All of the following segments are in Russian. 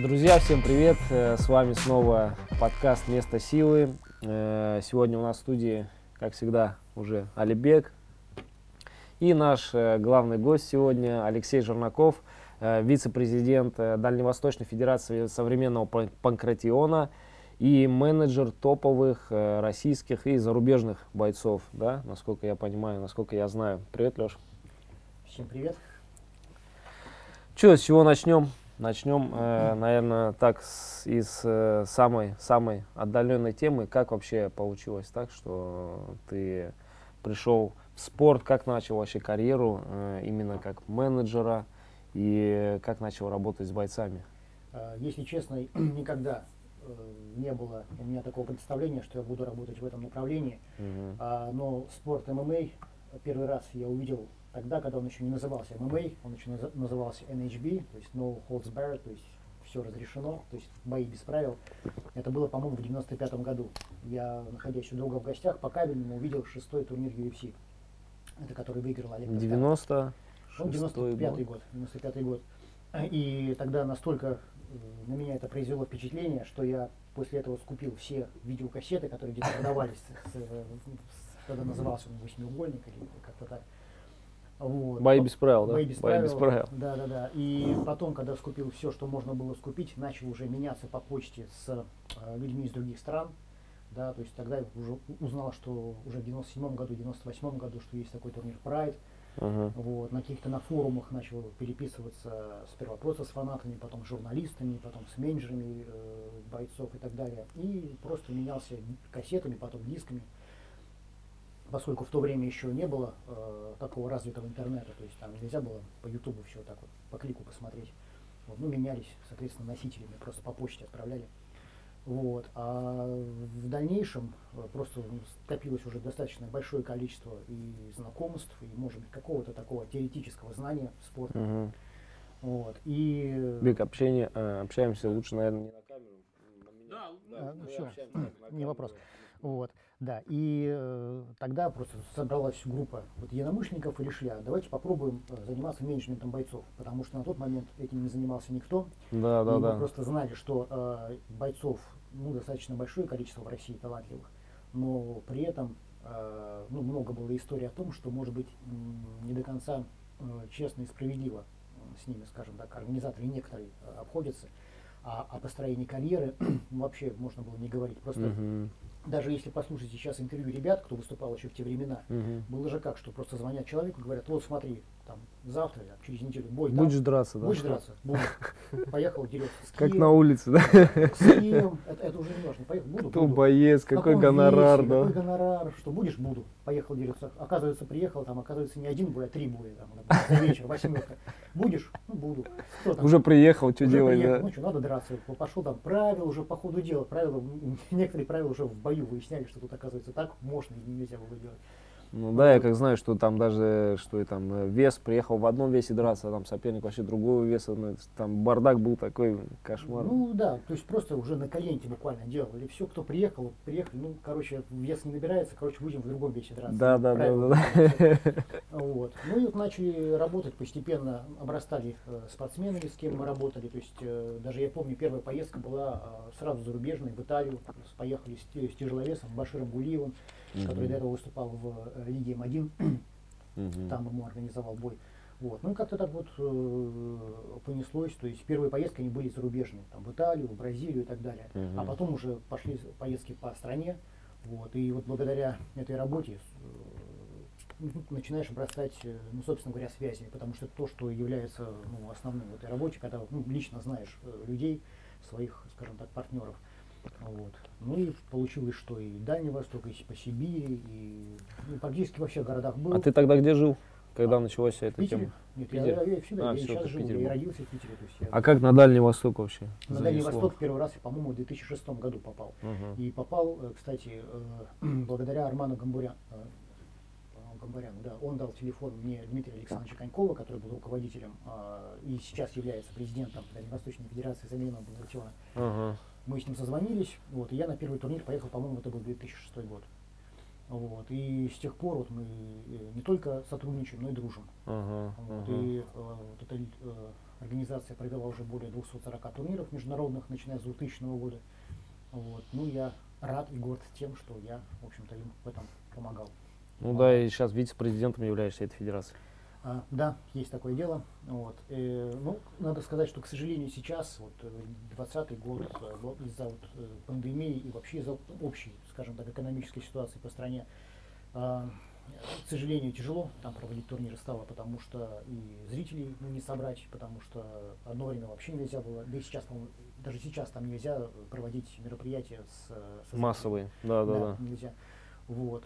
Друзья, всем привет! С вами снова подкаст «Место силы». Сегодня у нас в студии, как всегда, уже Алибек. И наш главный гость сегодня Алексей Жернаков, вице-президент Дальневосточной Федерации современного панкратиона и менеджер топовых российских и зарубежных бойцов, да, насколько я понимаю, насколько я знаю. Привет, Леш. Всем привет. С чего начнем? Начнем, наверное, так из самой отдаленной темы. Как вообще получилось так, что ты пришел в спорт, как начал вообще карьеру именно как менеджера и как начал работать с бойцами? Если честно, никогда не было у меня такого представления, что я буду работать в этом направлении. Но спорт ММА первый раз я увидел тогда, когда он еще не назывался ММА, он еще назывался NHB, то есть No Holds Barred, то есть все разрешено, то есть бои без правил. Это было, по-моему, в 95 году. Я, находясь у друга в гостях, по кабельному увидел 6-й турнир UFC. Это который выиграл Олег Костян. 95-й год. 95-й год. И тогда настолько на меня это произвело впечатление, что я после этого скупил все видеокассеты, которые где-то продавались, когда назывался он «Восьмиугольник» или как-то так. Вот. Бои без правил, да? Бои без правил. Да. И потом, когда скупил все, что можно было скупить, начал уже меняться по почте с людьми из других стран. Да, то есть тогда я уже узнал, что уже в 97 году, 98 году, что есть такой турнир Pride. Вот, на каких-то на форумах начал переписываться сперва просто с фанатами, потом с журналистами, потом с менеджерами бойцов и так далее. И просто менялся кассетами, потом дисками. Поскольку в то время еще не было такого развитого интернета, то есть там нельзя было по ютубу все так вот по клику посмотреть. Вот, ну, менялись, соответственно, носителями, просто по почте отправляли. Вот. А в дальнейшем просто скопилось уже достаточно большое количество и знакомств, и, может быть, какого-то такого теоретического знания спорта. Вот. И... Бег, общаемся лучше, наверное, не на камеру. Все, не вопрос. Вот, да, и тогда просто собралась группа единомышленников и решили, давайте попробуем заниматься менеджментом бойцов, потому что на тот момент этим не занимался никто. Мы просто знали, что бойцов достаточно большое количество в России талантливых, но при этом много было историй о том, что, может быть, не до конца честно и справедливо с ними, скажем так, организаторы некоторые обходятся. О построении карьеры вообще можно было не говорить. Просто даже если послушать сейчас интервью ребят, кто выступал еще в те времена, было же как, что просто звонят человеку и говорят: вот смотри, там завтра, через неделю бой. Будешь драться, да? Будешь драться, буду. Поехал, дерется с Как на улице, да? С кем, это уже не важно. Поехал, буду. Кто боец, какой гонорар, да? Какой гонорар, что будешь, буду. Поехал, дерется. Оказывается, приехал, там, оказывается, не один бой, а 3 боя, там, за вечер, 8-ка. Будешь? Ну, буду. Уже приехал, что делать, да? Ну, что, надо драться. Пошел там, правила уже по ходу дела. Некоторые правила уже в бою выясняли, что тут, оказывается, так можно и нельзя было делать. Ну да, я как знаю, что там даже, что и там вес, приехал в одном весе драться, а там соперник вообще другого веса, там бардак был такой, кошмар. Ну да, то есть просто уже на коленке буквально делали. Все, кто приехали, вес не набирается, будем в другом весе драться. Да. Вот. Ну и вот начали работать, постепенно обрастали спортсменами, с кем мы работали. То есть даже я помню, первая поездка была сразу зарубежной, в Италию. Поехали с тяжеловесом Баширом Гулиевым, который до этого выступал в Лиге М1, там ему организовал бой. Вот. Ну и как-то так вот понеслось, то есть первые поездки они были зарубежные, там в Италию, в Бразилию и так далее. А потом уже пошли поездки по стране, вот, и вот благодаря этой работе начинаешь обрастать, собственно говоря, связями, потому что то, что является основным в этой работе, когда лично знаешь людей, своих, скажем так, партнеров. Вот. Ну и получилось, что и Дальний Восток, и по Сибири, и практически во всех городах был. А ты тогда где жил, когда началась вся эта тема? Нет, я всегда, я сейчас живу, я родился в Питере. То есть а как на Дальний Восток вообще? На Дальний Восток первый раз, по-моему, в 2006 году попал. И попал, кстати, благодаря Арману Гамбуряну. Да, он дал телефон мне Дмитрия Александровича Конькова, который был руководителем и сейчас является президентом Дальневосточной Федерации современного панкратиона. Мы с ним созвонились, вот, и я на первый турнир поехал, по-моему, это был 2006 год. Вот, и с тех пор вот мы не только сотрудничаем, но и дружим. И вот эта организация провела уже более 240 турниров международных, начиная с 2000 года. Вот. Ну, я рад и горд тем, что я, в общем-то, им в этом помогал. Ну да, и сейчас вице-президентом являешься этой федерации. Да, есть такое дело. Вот. Ну, надо сказать, что, к сожалению, сейчас, вот 2020 год, из-за пандемии и вообще из-за общей, скажем так, экономической ситуации по стране, к сожалению, тяжело там проводить турниры стало, потому что и зрителей не собрать, потому что одно время вообще нельзя было, да и сейчас, по-моему, даже сейчас там нельзя проводить мероприятия с Массовые, да. Нельзя. Вот.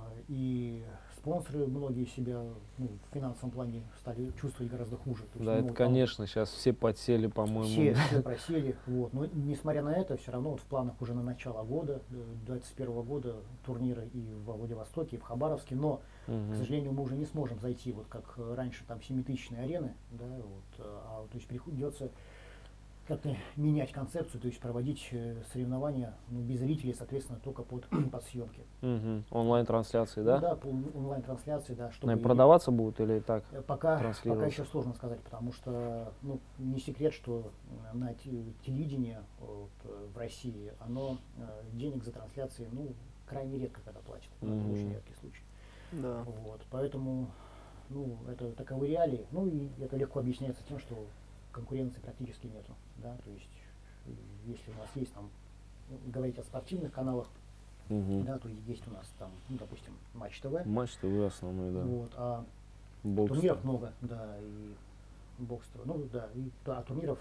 И спонсоры многие себя в финансовом плане стали чувствовать гораздо хуже. То есть, Да, это, конечно, сейчас все подсели, по-моему. Все просели. Вот. Но несмотря на это, все равно вот в планах уже на начало года, 2021 года, турниры и во Владивостоке, и в Хабаровске, но, к сожалению, мы уже не сможем зайти, вот как раньше, там, 7000-ные арены, да, вот, то есть придется как-то менять концепцию, то есть проводить соревнования без зрителей, соответственно, только под съемки. Онлайн-трансляции, да? Ну, да, по онлайн-трансляции, да. Чтобы продаваться будут или так? Пока еще сложно сказать, потому что не секрет, что на телевидении в России оно денег за трансляции крайне редко когда платит. Это очень редкий случай. Да. Вот, поэтому это таковы реалии. Ну и это легко объясняется тем, что конкуренции практически нету, да, то есть если у нас есть там, говорить о спортивных каналах, да, то есть у нас там, допустим, Матч ТВ. Матч ТВ основной, да. Вот, турниров много, да, и бокс ТВ, турниров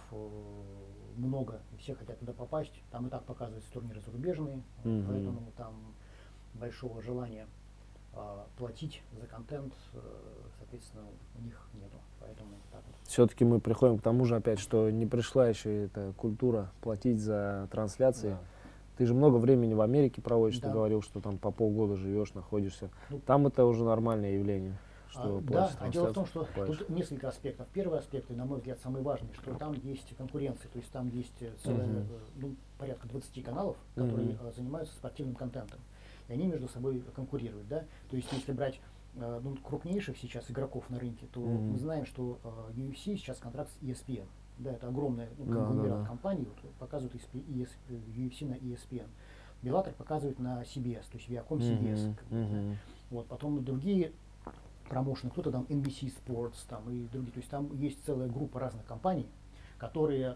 много, и все хотят туда попасть, там и так показываются турниры зарубежные, поэтому там большого желания платить за контент, соответственно, у них нету. Поэтому так вот. Все-таки мы приходим к тому же опять, что не пришла еще эта культура платить за трансляции. Да. Ты же много времени в Америке проводишь, ты говорил, что там по полгода живешь, находишься. Там это уже нормальное явление. Что да, дело в том, что тут несколько аспектов. Первый аспект, и на мой взгляд самый важный, что там есть конкуренция, то есть там есть целая, порядка 20 каналов, которые занимаются спортивным контентом. И они между собой конкурируют, да. То есть если брать крупнейших сейчас игроков на рынке, то мы знаем, что UFC сейчас контракт с ESPN. Да, это огромная конгломерат компаний, показывают UFC на ESPN. Bellator показывает на CBS, то есть Viacom CBS. Вот, потом другие промоушены, кто-то там NBC Sports там, и другие. То есть там есть целая группа разных компаний, которые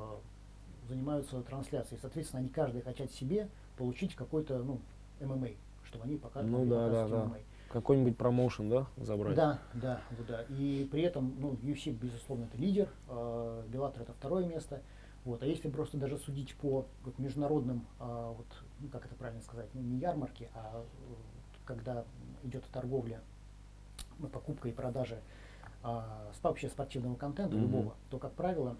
занимаются трансляцией. Соответственно, они каждый хотят себе получить какой-то MMA, чтобы они показывали ММА. Какой-нибудь промоушен, да, забрать? Да. И при этом, UFC, безусловно, это лидер, Bellator это второе место. Вот. А если просто даже судить по международным, как это правильно сказать, не ярмарке, а когда идет торговля, покупка и продажа вообще спортивного контента любого, то, как правило,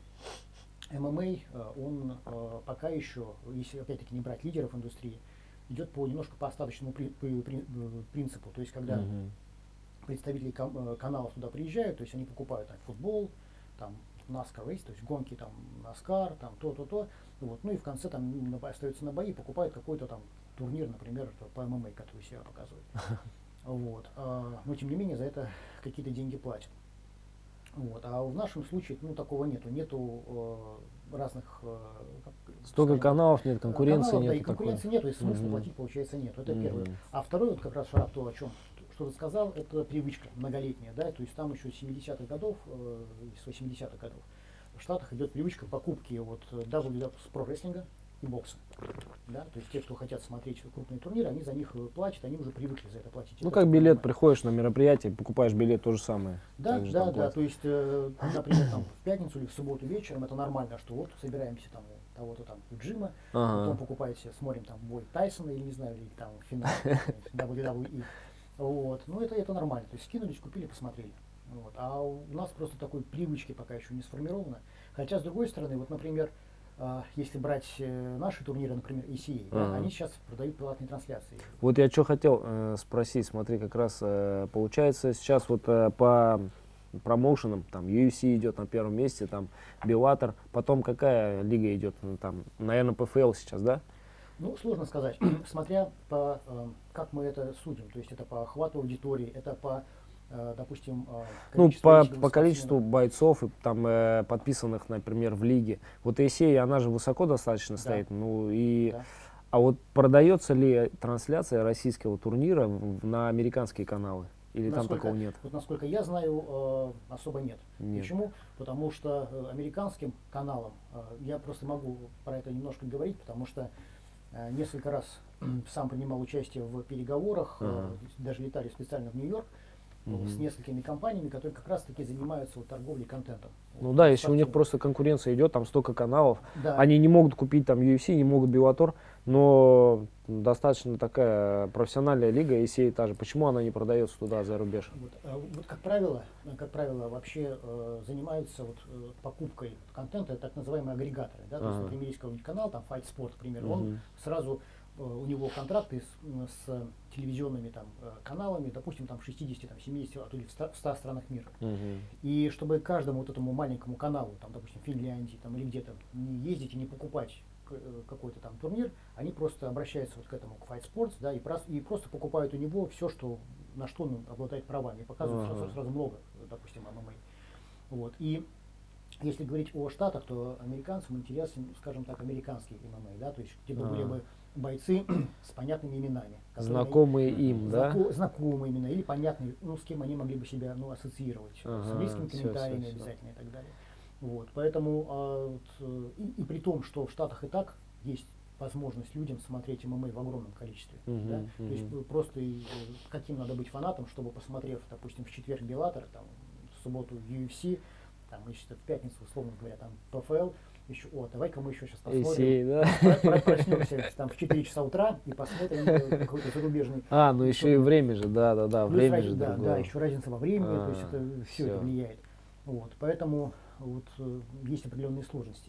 ММА, он пока еще, если опять-таки не брать лидеров индустрии, идет немножко по остаточному принципу. То есть, когда представители каналов туда приезжают, то есть они покупают там футбол, там NASCAR Race, то есть гонки там NASCAR, там то. Вот. Ну и в конце там остаются на бои, покупают какой-то там турнир, например, по ММА, который себя показывает. Вот. Но тем не менее за это какие-то деньги платят. Вот. А в нашем случае такого нету. Нету разных... Столько каналов нет, конкуренции нет. Да, и конкуренции нету, и смысла платить, получается, нет. Это первое. А второе, как раз, Шарап, то, о чем что ты сказал, это привычка многолетняя, да, то есть там еще с 70-х годов, с 80-х годов в Штатах идет привычка покупки с про-рестлинга и бокса. Да? То есть те, кто хотят смотреть крупные турниры, они за них платят, они уже привыкли за это платить. Как билет, приходишь на мероприятие, покупаешь билет, то же самое. Да, то есть, например, там, в пятницу или в субботу вечером это нормально, что вот собираемся там того-то там у Джима, потом покупаете, смотрим там бой Тайсона или не знаю, или там финал WWE. Вот. Это нормально, то есть скинулись, купили, посмотрели. Вот. А у нас просто такой привычки пока еще не сформировано. Хотя, с другой стороны, например, если брать наши турниры, например, ECA, они сейчас продают платные трансляции. Вот я что хотел спросить, смотри, как раз получается сейчас по промоушенам, там UFC идет на первом месте, там Bellator, потом какая лига идет, там, наверное, ПФЛ сейчас, да? Сложно сказать, смотря по как мы это судим, то есть это по охвату аудитории, это по допустим, Ну, количество по рейтинговых количеству спортсменов. бойцов и там подписанных, например, в лиге. Вот ACA, она же высоко достаточно Да. стоит. Ну и Да. а вот продается ли трансляция российского турнира на американские каналы? Или там Насколько, такого нет? вот насколько я знаю, особо нет. Нет. Почему? Потому что американским каналам, я просто могу про это немножко говорить, потому что несколько раз сам принимал участие в переговорах, даже летали специально в Нью-Йорк с несколькими компаниями, которые как раз-таки занимаются вот, торговлей контентом. Ну Вот, да, если у них спортивным. просто конкуренция идет, там столько каналов, Да. они не могут купить там UFC, не могут Bellator, но достаточно такая профессиональная лига, ACA та же. Почему она не продается туда, за рубеж? Вот как правило, вообще занимаются вот, покупкой контента так называемые агрегаторы. Да? То есть, например, есть какой-нибудь канал, там Fight Sport, к примеру, он сразу у него контракты с телевизионными там, каналами, допустим, там в 60, там, 70, а то и в 100 странах мира. И чтобы каждому вот этому маленькому каналу, там, допустим, в Финляндии там, или где-то не ездить и не покупать какой-то там турнир, они просто обращаются вот к этому, к Fight Sports, да, и просто покупают у него все, что, на что он обладает правами, и показывают сразу много, допустим, ММА. Вот. И если говорить о Штатах, то американцам интересен, скажем так, американский ММА, да, то есть где бы были бы бойцы с понятными именами. Знакомые им, да? Знакомые имена или понятные, ну, с кем они могли бы себя ассоциировать. С английскими комментариями обязательно и так далее. Вот, поэтому, и при том, что в Штатах и так есть возможность людям смотреть ММА в огромном количестве. Да? То есть просто каким надо быть фанатом, чтобы, посмотрев, допустим, в четверг Bellator, там, в субботу UFC, там, значит, в пятницу, условно говоря, там, ПФЛ, еще, давай-ка мы еще сейчас посмотрим, да? проснемся там в 4 часа утра и посмотрим какой-то зарубежный. Ну еще и время же, да, время же да, другое. да, еще разница во времени, то есть это все это влияет. Вот, поэтому вот, есть определенные сложности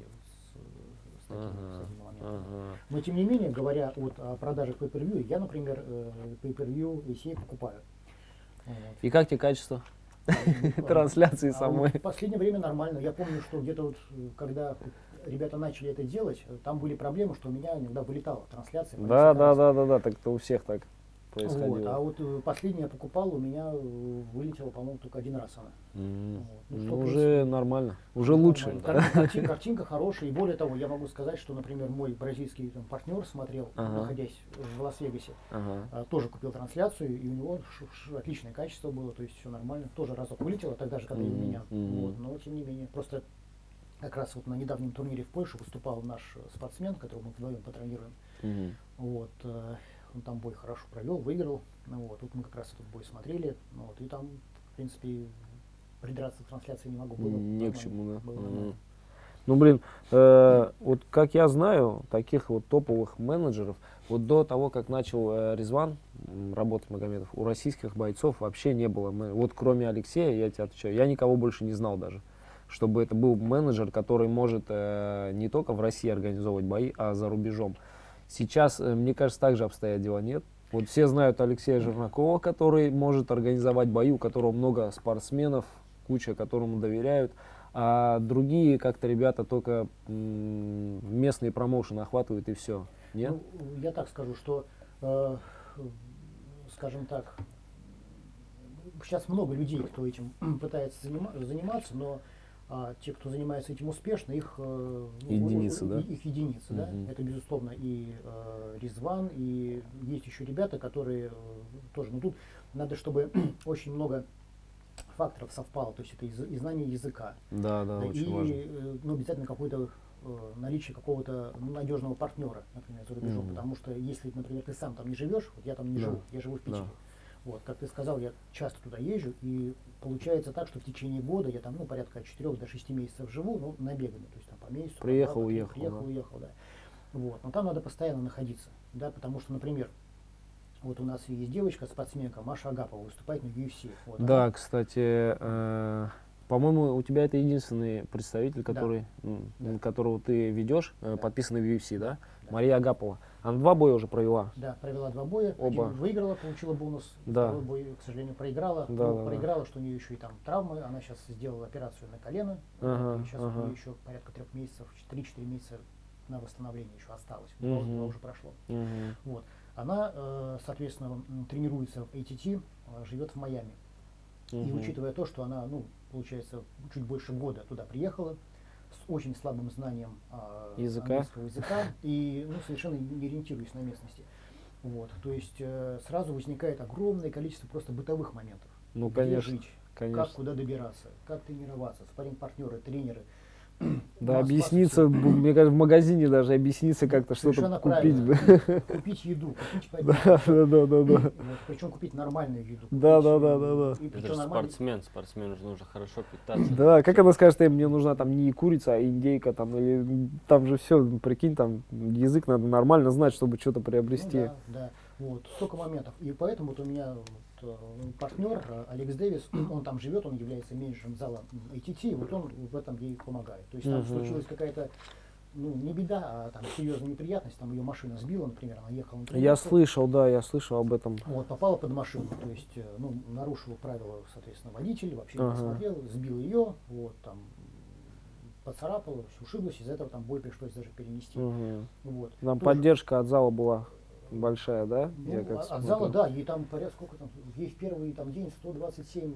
с таким моментом. Но тем не менее, говоря о продажах pay-per-view, я, например, pay-per-view ACA покупаю. Вот. И как тебе качество трансляции самой? В последнее время нормально. Я помню, что где-то вот, когда ребята начали это делать, там были проблемы, что у меня иногда вылетала трансляция. Да, так это у всех так происходило. Вот, а вот последний я покупал, у меня вылетела, по-моему, только один раз она. Ну, уже нормально, уже лучше. Картинка хорошая, и более того, я могу сказать, что, например, мой бразильский партнер смотрел, находясь в Лас-Вегасе, тоже купил трансляцию, и у него отличное качество было, то есть все нормально. Тоже разок вылетело, тогда же, когда и у меня. Вот, но тем не менее, просто как раз вот на недавнем турнире в Польше выступал наш спортсмен, которого мы вдвоем патронируем. Вот, он там бой хорошо провел, выиграл. Вот, тут мы как раз этот бой смотрели. Вот, и там, в принципе, придраться к трансляции не могу. Было не к чему, да. Ну, блин, вот как я знаю, таких вот топовых менеджеров, вот до того, как начал Резван работать Магомедов, у российских бойцов вообще не было. Вот кроме Алексея, я тебе отвечаю, я никого больше не знал даже. Чтобы это был менеджер, который может не только в России организовывать бои, а за рубежом. Сейчас, мне кажется, так же обстоят дела, нет? Вот все знают Алексея Жернакова, который может организовать бои, у которого много спортсменов, куча, которому доверяют. А другие как-то ребята только местные промоушены охватывают и все. Нет? Ну, я так скажу, что, скажем так, сейчас много людей, кто этим пытается заниматься, но те, кто занимается этим успешно, их единицы, да? Их единицы, да? Это, безусловно, и Резван, и есть еще ребята, которые тоже, но тут надо, чтобы очень много факторов совпало, то есть это и знание языка, да, очень важно. Ну, обязательно какое-то наличие какого-то надежного партнера, например, за рубежом, потому что если, например, ты сам там не живешь, вот я там не живу, я живу в Питере. Вот, как ты сказал, я часто туда езжу, и получается так, что в течение года я там, порядка от 4 до 6 месяцев живу, набегами, то есть там по месяцу. Приехал, уехал. Уехал, да. Вот, но там надо постоянно находиться, да, потому что, например, вот у нас есть девочка, спортсменка Маша Агапова, выступает на UFC. Вот, да, кстати, по-моему, у тебя это единственный представитель, которого ты ведешь, подписанный в UFC, да? Мария Агапова. Она 2 боя уже провела. Да, провела 2 боя. Оба. Один выиграла, получила бонус. Да. Второй бой, к сожалению, проиграла. Проиграла, что у нее еще и там травмы. Она сейчас сделала операцию на колено. Сейчас у нее еще порядка 3 месяцев, 3-4 месяца на восстановление еще осталось. 2 уже прошло. Вот. Она, соответственно, тренируется в ATT, живет в Майами. И учитывая то, что она, ну, получается, чуть больше года туда приехала, с очень слабым знанием английского языка и, ну, совершенно не ориентируясь на местности. Вот, то есть сразу возникает огромное количество просто бытовых моментов. Ну, где конечно, жить, конечно. как куда добираться, как тренироваться, спарринг-партнеры, тренеры. Да, объясниться, мне кажется, в магазине даже объясниться как-то, что-то купить бы. Купить еду, купить Да. Вот, причем купить нормальную еду. Да. Это же спортсмен же нужно хорошо питаться. Да, как она скажет, мне нужна там не курица, а индейка, там, или там же все, прикинь, там язык надо нормально знать, чтобы что-то приобрести. Ну, да, вот, столько моментов. И поэтому вот у меня партнер Алекс Дэвис, он там живет, он является менеджером зала ATT, и вот он в этом ей помогает. То есть там случилась какая-то, ну, не беда, а там серьезная неприятность, там ее машина сбила, например, она ехала на тренировку. Я слышал об этом. Вот, попала под машину, то есть, ну, нарушила правила, соответственно, водитель, вообще не посмотрел, сбил ее, вот, там, поцарапала, ушиблась, из-за этого там бой пришлось даже перенести. Вот. Там поддержка от зала была большая, да? Ну, от зала, да, ей там порядка, сколько там, ей в первый там, день 127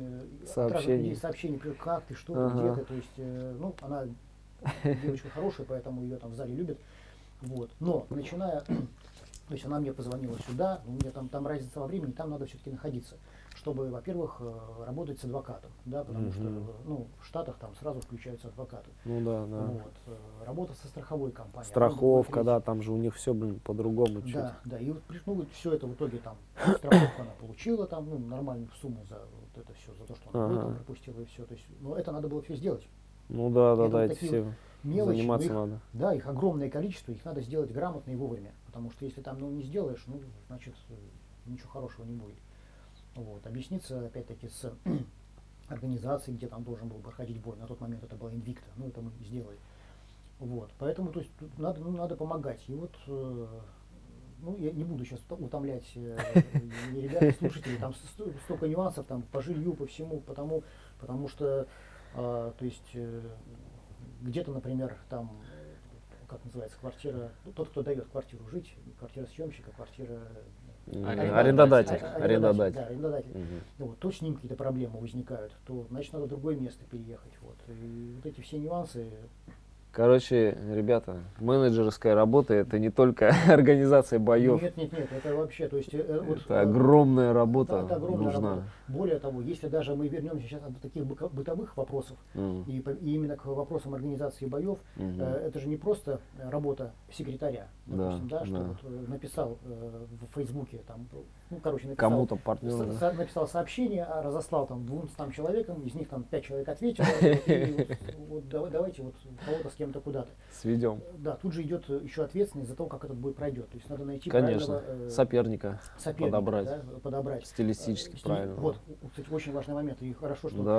сообщений, как ты, что ты, где ты, то есть, ну, она девочка хорошая, поэтому ее там в зале любят, вот, но начиная, то есть она мне позвонила сюда, у меня там разница во времени, там надо все-таки находиться, чтобы, во-первых, работать с адвокатом, да, потому что, ну, в Штатах там сразу включаются адвокаты. Ну да. Вот, работа со страховой компанией. Страховка, да, там же у них все, по-другому. Да, и вот, ну, вот все это в итоге там, страховку она получила там, ну, нормальную сумму за вот это все, за то, что она там пропустила и все, то есть, но это надо было все сделать. Ну да, эти все мелочи, заниматься надо. Да, их огромное количество, их надо сделать грамотно и вовремя, потому что если там, ну, не сделаешь, ну, значит, ничего хорошего не будет. Вот, объясниться, опять-таки, с организацией, где там должен был проходить бой. На тот момент это была Invicta, ну, это мы сделали. Вот, поэтому, то есть, тут надо помогать. И вот, ну, я не буду сейчас утомлять ребят, слушателей, там столько нюансов, там, по жилью, по всему, потому что, то есть, где-то, например, там, как называется, квартира, ну, тот, кто дает квартиру жить, квартира съемщика, квартира... Арендодатель. Да, арендодатель. Вот, то с ним какие-то проблемы возникают, то, значит, надо в другое место переехать. Вот. И вот эти все нюансы. Короче, ребята, менеджерская работа — это не только организация боев. Нет, это вообще, то есть... это огромная работа это огромная нужна. Работа. Более того, если даже мы вернемся сейчас от таких бытовых вопросов, и именно к вопросам организации боев, это же не просто работа секретаря, допустим, что вот написал в Фейсбуке, там, ну, короче, написал, кому-то партнеру, написал сообщение, разослал там 200 человекам, из них там 5 человек ответило, и вот давайте вот кого-то с кем-то куда-то. Сведем. Да, тут же идет еще ответственность за то, как этот бой пройдет. То есть надо найти конечно, соперника подобрать. Да, подобрать. Стилистически правильно. Вот, кстати, очень важный момент. И хорошо, что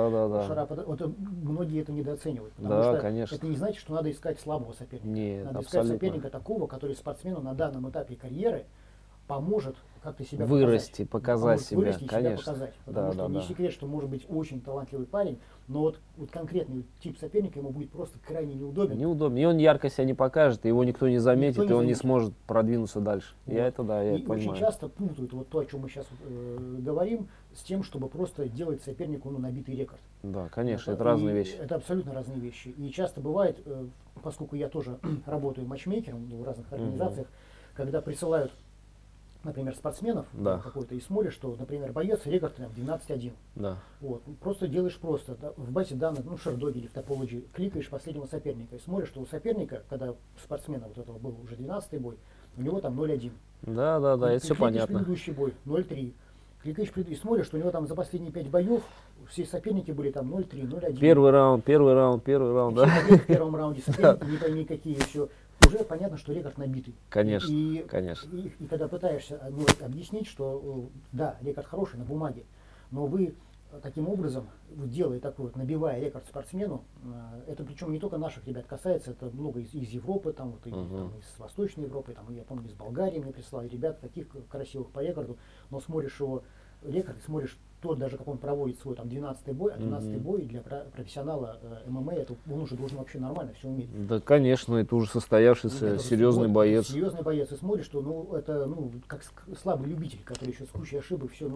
многие это недооценивают. Потому что конечно. это не значит, что надо искать слабого соперника. Нет, надо абсолютно. искать соперника такого, который спортсмену на данном этапе карьеры поможет как-то себя вырасти, показать себя, вырасти, конечно. Себя показать. Потому что не секрет, что может быть очень талантливый парень, но вот конкретный тип соперника ему будет просто крайне неудобен. И он ярко себя не покажет, его никто не заметит, и он не сможет продвинуться дальше. Вот. Я это понимаю. Очень часто путают вот то, о чем мы сейчас говорим, с тем, чтобы просто делать сопернику набитый рекорд. Да, конечно, это разные вещи. Это абсолютно разные вещи. И часто бывает, поскольку я тоже работаю матчмейкером в разных организациях, когда присылают, например, спортсменов какой-то, и смотришь, что, например, боец рекорд 12-1. Да. Вот. Просто делаешь просто, да, в базе данных, ну, Шердоги или в Topology, кликаешь последнего соперника и смотришь, что у соперника, когда спортсмена вот этого был уже 12-й бой, у него там 0-1. Да, это все понятно. Предыдущий бой 0-3. Кликаешь и смотришь, что у него там за последние 5 боев все соперники были там 0-3, 0-1. Первый раунд, да? В первом раунде соперники не пойми какие еще. Уже понятно, что рекорд набитый. Конечно, и когда пытаешься объяснить, что да, рекорд хороший на бумаге, но вы таким образом, делая такой вот, набивая рекорд спортсмену, это причем не только наших ребят касается, это много из Европы, там, вот, там, из Восточной Европы, там, я помню, из Болгарии мне прислали ребят таких красивых по рекорду, но смотришь его рекорд, смотришь то, даже как он проводит свой там 12-й бой, а 12-й бой для профессионала ММА, это он уже должен вообще нормально все уметь. Да, конечно, это уже состоявшийся серьезный боец. Серьезный боец, и смотришь, что это как слабый любитель, который еще с кучей ошибок, все,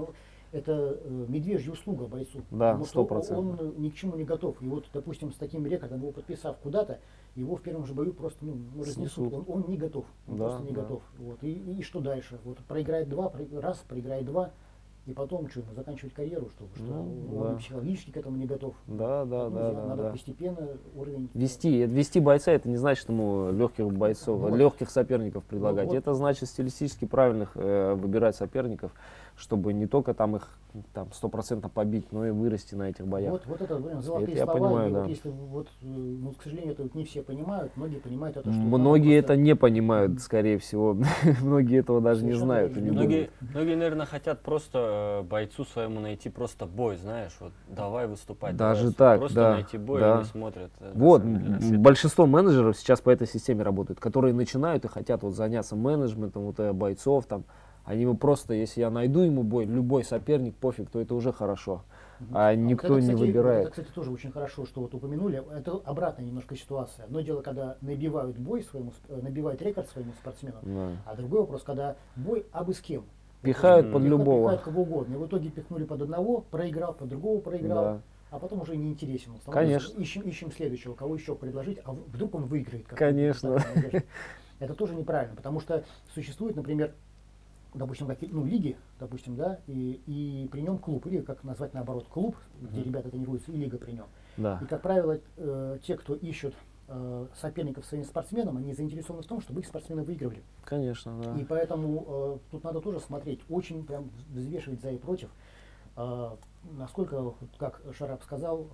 это медвежья услуга бойцу. Да, потому что 100%. он ни к чему не готов. И вот, допустим, с таким рекордом, его подписав куда-то, его в первом же бою просто разнесут. Он не готов. Он Да, просто не да. готов. Вот. И что дальше? Вот проиграет проиграет два, и потом что, ему заканчивать карьеру, что Ну, он да. психологически к этому не готов. Да, да, да, да, Надо да. постепенно уровень. Вести бойца, это не значит ему легких бойцов, Вот. легких соперников предлагать. Вот. Это значит стилистически правильных выбирать соперников, чтобы не только там их там 100% побить, но и вырасти на этих боях. Вот это, золотые Это я слова. понимаю, И да. вот если к сожалению, это не все понимают, многие понимают это, что Многие надо это просто- не понимают, скорее всего. Многие этого даже не Совершенно знают. и верно. не Многие, думают. наверное, хотят просто бойцу своему найти просто бой, знаешь, вот давай выступать. Даже давай, так, просто да, найти бой, да. и не смотрят. На Вот, самом деле, на свет. большинство менеджеров сейчас по этой системе работают, которые начинают и хотят вот заняться менеджментом вот, бойцов. Там. Они ему просто, если я найду ему бой, любой соперник, пофиг, то это уже хорошо. А никто вот это, не кстати, выбирает. Это, кстати, тоже очень хорошо, что вот упомянули. Это обратная немножко ситуация. Одно дело, когда набивают набивают рекорд своему спортсмену, Да. а другой вопрос, когда бой абы с кем. Пихают под любого. Пихают кого угодно. И в итоге пихнули под одного, проиграл, под другого проиграл. Да. А потом уже неинтересен. Он Конечно. Ищем следующего, кого еще предложить, а вдруг он выиграет. Конечно. Это тоже неправильно, потому что существует, например, допустим, лиги, допустим, да, и при нем клуб, или как назвать наоборот, клуб, где ребята тренируются, и лига при нем. Да. И, как правило, те, кто ищут соперников своим спортсменам, они заинтересованы в том, чтобы их спортсмены выигрывали. Конечно, да. И поэтому тут надо тоже смотреть, очень прям взвешивать за и против. Насколько, как Шарап сказал,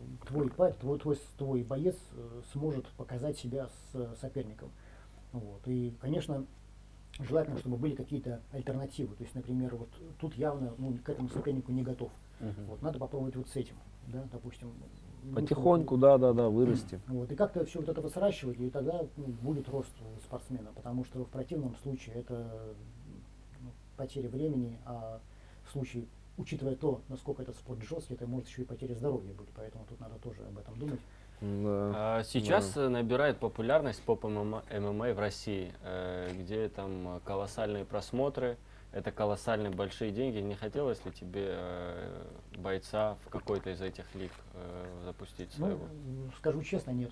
твой боец сможет показать себя с соперником. Вот. И, конечно, желательно, чтобы были какие-то альтернативы. То есть, например, вот тут явно к этому сопернику не готов. Вот, надо попробовать вот с этим, да, допустим. Потихоньку, да, вырасти. Вот, и как-то все вот это сращивать, и тогда будет рост спортсмена, потому что в противном случае это потеря времени, а в случае, учитывая то, насколько этот спорт жесткий, это может еще и потеря здоровья быть, поэтому тут надо тоже об этом думать. Да. Сейчас набирает популярность поп-ММА в России, где там колоссальные просмотры, это колоссальные большие деньги. Не хотелось ли тебе бойца в какой-то из этих лиг запустить своего? Скажу честно, нет.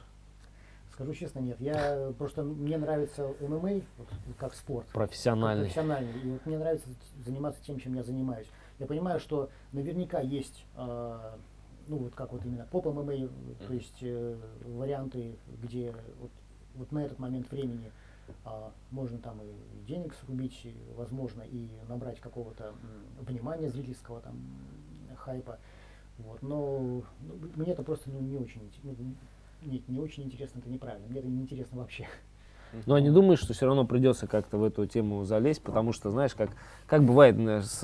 Я просто, мне нравится ММА как спорт. Профессиональный. И вот мне нравится заниматься тем, чем я занимаюсь. Я понимаю, что наверняка есть как вот именно поп-ММА, то есть варианты, где вот на этот момент времени можно там и денег срубить, и, возможно, и набрать какого-то внимания зрительского, там, хайпа. Вот. Но мне это просто не очень интересно, это неправильно. Мне это не интересно вообще. Но не думаешь, что все равно придется как-то в эту тему залезть, потому что, знаешь, как бывает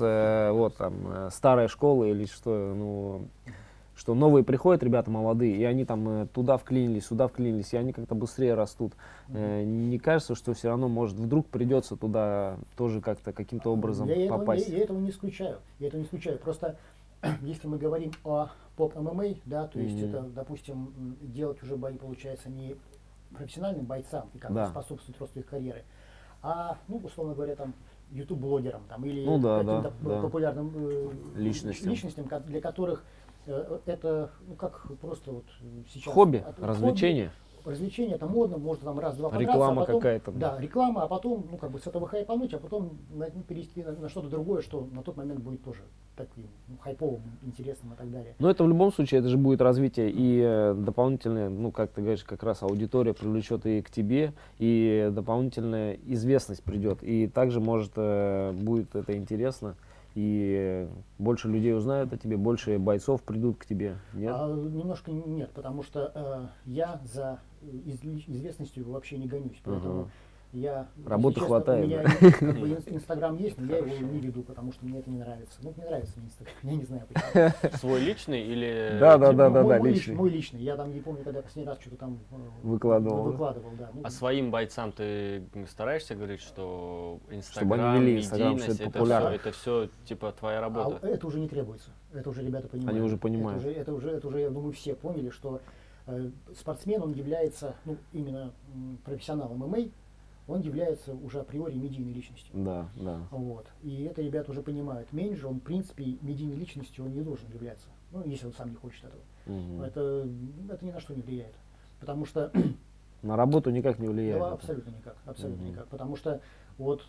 старая школа или что, что новые приходят ребята молодые, и они там туда вклинились, сюда вклинились, и они как-то быстрее растут. Не кажется, что все равно, может, вдруг придется туда тоже как-то каким-то образом попасть? Я этого не исключаю. Просто если мы говорим о поп-ММА, да, то есть это, допустим, делать уже бои, получается, не профессиональным бойцам и как-то способствовать росту их карьеры, а, условно говоря, там, YouTube-блогерам там, или каким-то популярным личностям, для которых это как просто вот сейчас хобби, развлечение. Развлечение, это модно, можно там раз-два подраться, реклама а потом, какая-то. Да, реклама, а потом, с этого хайпануть, а потом перейти на что-то другое, что на тот момент будет тоже таким хайповым, интересным и так далее. Но это в любом случае, это же будет развитие и дополнительное, как ты говоришь, как раз аудитория привлечет и к тебе, и дополнительная известность придет. И также, может, будет это интересно, и больше людей узнают о тебе, больше бойцов придут к тебе. Нет? Немножко нет, потому что я за известностью вообще не гонюсь. Поэтому работы честно, хватает. У меня Инстаграм есть, но я его не веду, потому что мне это не нравится. Не нравится мне Инстаграм, я не знаю почему. Свой личный или... Да, личный. Мой личный. Я там не помню, когда последний раз что-то там выкладывал, да. А своим бойцам ты стараешься говорить, что Инстаграм, чтобы они вели Инстаграм, что это популярно? Это все типа твоя работа? Это уже не требуется. Это уже ребята понимают. Они уже понимают. Это уже, я думаю, все поняли, что спортсмен, он является именно профессионалом ММА, он является уже априори медийной личностью. Да, да. Вот. И это ребята уже понимают. Менеджер, он в принципе медийной личностью он не должен являться. Ну, если он сам не хочет этого. Мгм. Это ни на что не влияет. Потому что На работу никак не влияет. да, это. абсолютно никак, абсолютно Мгм. никак. Потому что вот,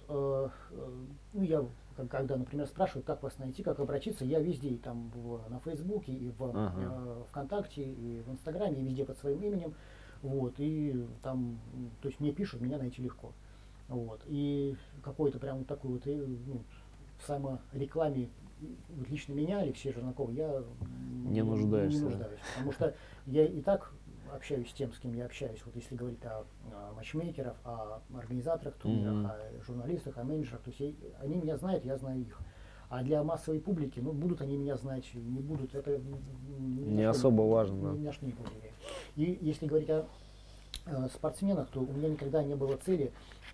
ну я, когда, например, спрашивают, как вас найти, как обратиться, я везде, и там на Фейсбуке, и в Ага. ВКонтакте, и в Инстаграме, и везде под своим именем. Вот, и там, то есть мне пишут, меня найти легко. Вот, и какой-то прям вот такой вот, ну, саморекламе вот лично меня, Алексея Жернакова, я Не нуждаешься, не да. нуждаюсь. Потому что я и так общаюсь с тем, с кем я общаюсь. Вот если говорить о матчмейкерах, о организаторах турниров, Мгм. о журналистах, о менеджерах, то есть они меня знают, я знаю их. А для массовой публики, ну, будут они меня знать, не будут, это ни Не на что особо важно, да. ни на что не повлияет. И если говорить о спортсменах, то у меня никогда не было цели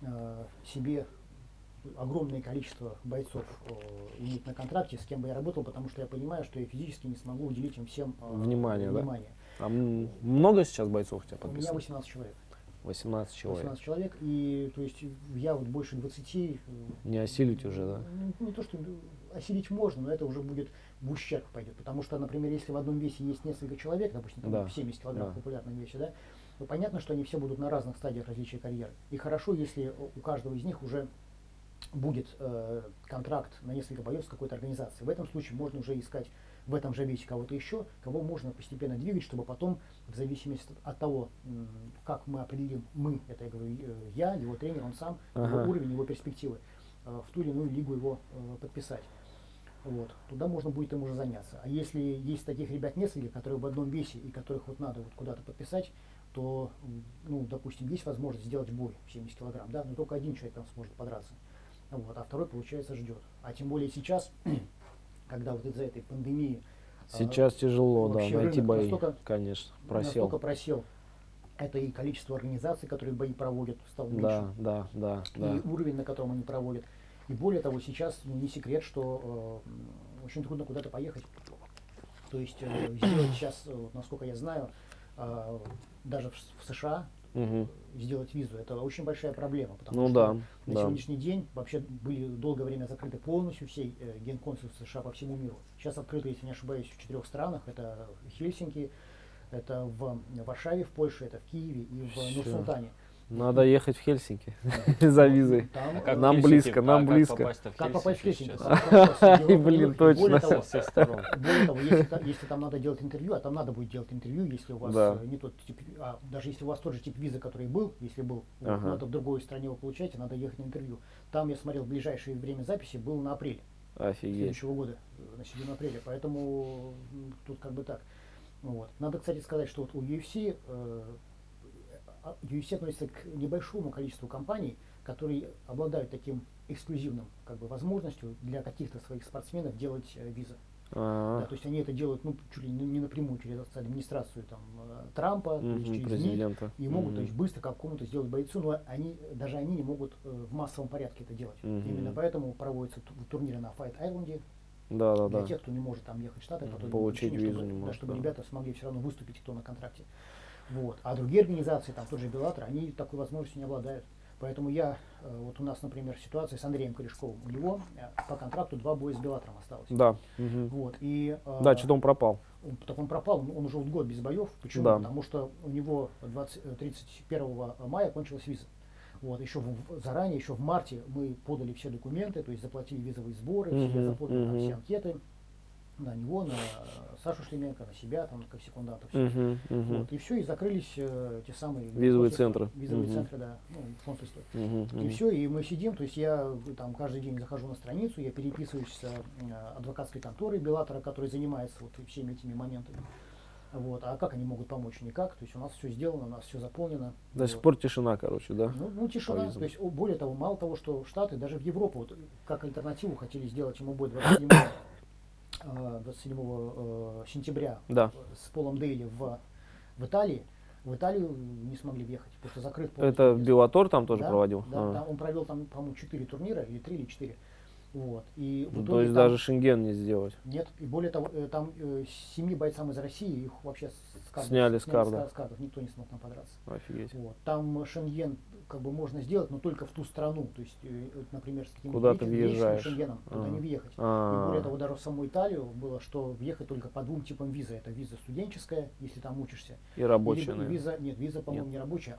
себе огромное количество бойцов иметь на контракте, с кем бы я работал, потому что я понимаю, что я физически не смогу уделить им всем Внимание, да? внимание. А много сейчас бойцов у тебя У меня подписано? 18 человек. 18 человек. 18 человек, и то есть я вот больше 20. Не осилить уже, да? Не то, что осилить можно, но это уже будет в ущерб пойдет. Потому что, например, если в одном весе есть несколько человек, допустим, там Да, 70 килограмм да. в популярном весе, да, то понятно, что они все будут на разных стадиях развития карьеры. И хорошо, если у каждого из них уже будет контракт на несколько боев с какой-то организацией. В этом случае можно уже искать в этом же весе кого-то еще, кого можно постепенно двигать, чтобы потом, в зависимости от того, как мы определим, это я говорю, я, его тренер, он сам, его Ага. уровень, его перспективы, в ту или иную лигу его подписать. Вот. Туда можно будет им уже заняться. А если есть таких ребят несколько, которые в одном весе и которых вот надо вот куда-то подписать, то, ну, допустим, есть возможность сделать бой в 70 килограмм, да, но только один человек там сможет подраться. Вот, а второй, получается, ждет. А тем более сейчас, когда вот из-за этой пандемии Сейчас тяжело, да, вообще найти рынок бои, настолько конечно, настолько просел. просел. Это и количество организаций, которые бои проводят, стало меньше. Да, да, да, да. И уровень, на котором они проводят. И более того, сейчас не секрет, что очень трудно куда-то поехать. То есть сделать сейчас, насколько я знаю, даже в США Мгм. сделать визу, это очень большая проблема, потому Ну что да, на да. сегодняшний день вообще были долгое время закрыты полностью все генконсульства США по всему миру. Сейчас открыты, если не ошибаюсь, в 4 странах. Это Хельсинки, это в Варшаве, в Польше, это в Киеве и в Всё. Нур-Султане. Надо ехать в Хельсинки за визой. Там, А как Нам Хельсинки- близко, нам как близко. попасть-то в как попасть в Хельсинки Хельсинки? сейчас? Там просто И, дело блин, в другом. точно. Со всех сторон. Более того, если там надо делать интервью, а там надо будет делать интервью, если у вас Да. не тот тип, даже если у вас тот же тип визы, который был, если был, Ага. но это в другой стране вы получаете, надо ехать на интервью. Там я смотрел, ближайшее время записи был на апрель Офигеть. следующего года, на середину апреля, поэтому тут как бы так. Вот. Надо, кстати, сказать, что вот у UFC, UFC относится к небольшому количеству компаний, которые обладают таким эксклюзивным как бы возможностью для каких-то своих спортсменов делать визы. Да, А, то есть они это делают, ну, чуть ли не напрямую через администрацию там, Трампа, то есть через МИД, президента. и могут, то есть быстро какому-то сделать бойцу, но даже они не могут в массовом порядке это делать. Мгм. Именно поэтому проводятся турниры на Fight Island Да, да, для да. тех, кто не может там ехать в Штаты, по той или иной Получить причине, визу чтобы, не да, может, чтобы да. ребята смогли все равно выступить, кто на контракте. Вот. А другие организации, там тот же Беллатор, они такой возможностью не обладают. Поэтому вот у нас, например, ситуация с Андреем Корешковым. У него по контракту 2 боя с Беллатором осталось. Да. Мгм. Вот. И, Да, что-то он пропал. так он пропал, он уже вот год без боев. Почему? Да. Потому что у него 31 мая кончилась виза. Вот, заранее, еще в марте мы подали все документы, то есть заплатили визовые сборы, все, я Мгм, заполнил там мгм. все анкеты на него, на Сашу Шлеменко, на себя, там, как секундантов. Всё. Мгм, мгм. Вот, и все, и закрылись те самые Визовые консульства, центры. Визовые Мгм. центры, да, ну, консульства. Мгм, И мгм. все, и мы сидим, то есть я там каждый день захожу на страницу, я переписываюсь с адвокатской конторой Беллатора, которая занимается вот всеми этими моментами. Вот. А как они могут помочь? Никак. То есть у нас все сделано, у нас все заполнено. До сих Вот. пор тишина, короче, да? Ну, тишина. визам. То есть, более того, мало того, что Штаты, даже в Европу, вот, как альтернативу хотели сделать ему бой 27 сентября Да. с Полом Дейли в Италии. В Италию не смогли въехать, потому что закрыт полностью Это въезд. Беллатор там тоже Да, проводил? Да, А. там он провел там, по-моему, 4 турнира, или 3, или 4. Вот. И в Ну, итоге то есть там даже Шенген не сделать. нет, и более того, там 7 бойцам из России их вообще Сняли с карты. с картов, никто не смог там подраться. Офигеть. Вот. Там Шенген как бы можно сделать, но только в ту страну. То есть, вот, например, с каким-то Куда ты длительным въезжаешь? Шенгеном туда не въехать. И А. более того, даже в саму Италию было, что въехать только по двум типам визы. Это виза студенческая, если там учишься. И рабочая, Либо наверное. виза, нет, виза, по-моему, Нет. не рабочая,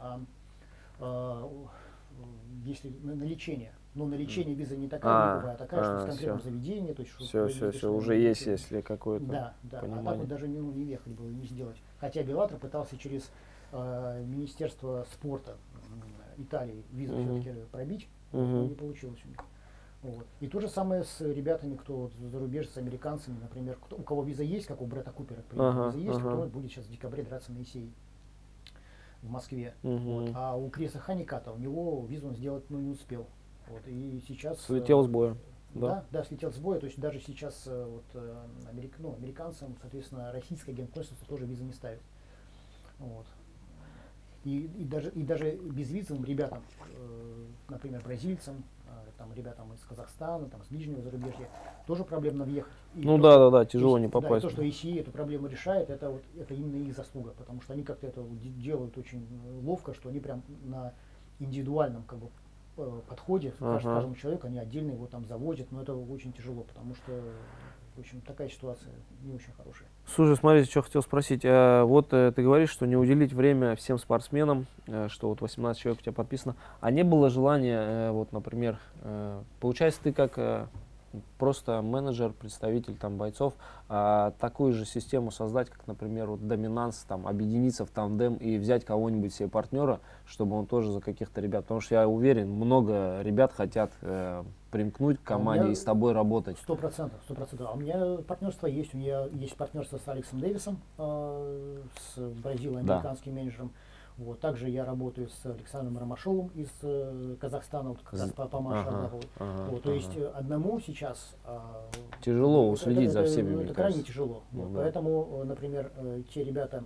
а, если на лечение. Но на лечение виза не такая не бывает, а такая, что с конкретным всё. заведением, то есть что Все, провели все, уже лечение. есть, если какое-то Да, да. А так понимание. вот даже не въехать было, не сделать. Хотя Беллатор пытался через Министерство спорта Италии визу все-таки пробить, но не получилось у них. Вот. И то же самое с ребятами, кто вот зарубежцы, с американцами, например, у кого виза есть, как у Бретта Купера, к примеру, виза есть, кто будет сейчас в декабре драться на ИСЕИ в Москве. Вот. А у Криса Ханиката, у него визу он сделать не успел. Вот. И сейчас... Слетел с боя. Да, слетел с боя. То есть даже сейчас американцам, соответственно, российское генконсульство тоже визы не ставит. Вот. И даже безвизовым ребятам, например, бразильцам, там, ребятам из Казахстана, там, с ближнего зарубежья, тоже проблемно въехать. И Ну то, да, тяжело не попасть. Да, и то, что ИСИ эту проблему решает, это именно их заслуга, потому что они как-то это делают очень ловко, что они прям на индивидуальном как бы подходе к каждому человеку, они отдельно его там завозят, но это очень тяжело, потому что, в общем, такая ситуация не очень хорошая. Слушай, смотрите, что хотел спросить. Вот ты говоришь, что не уделить время всем спортсменам, что вот 18 человек у тебя подписано. А не было желания, вот, например, получается, ты как просто менеджер, представитель там бойцов, такую же систему создать, как, например, вот Доминанс, там, объединиться в тандем и взять кого-нибудь себе партнера, чтобы он тоже за каких-то ребят, потому что я уверен, много ребят хотят примкнуть к команде и с тобой работать. 100%. А у меня партнерство есть. У меня есть партнерство с Алексом Дэвисом, с бразило-американским менеджером. Вот. Также я работаю с Александром Ромашовым из Казахстана, вот как раз по Машу вот. То есть одному сейчас тяжело уследить за всеми. Это крайне тяжело. Вот. Поэтому, например, те ребята,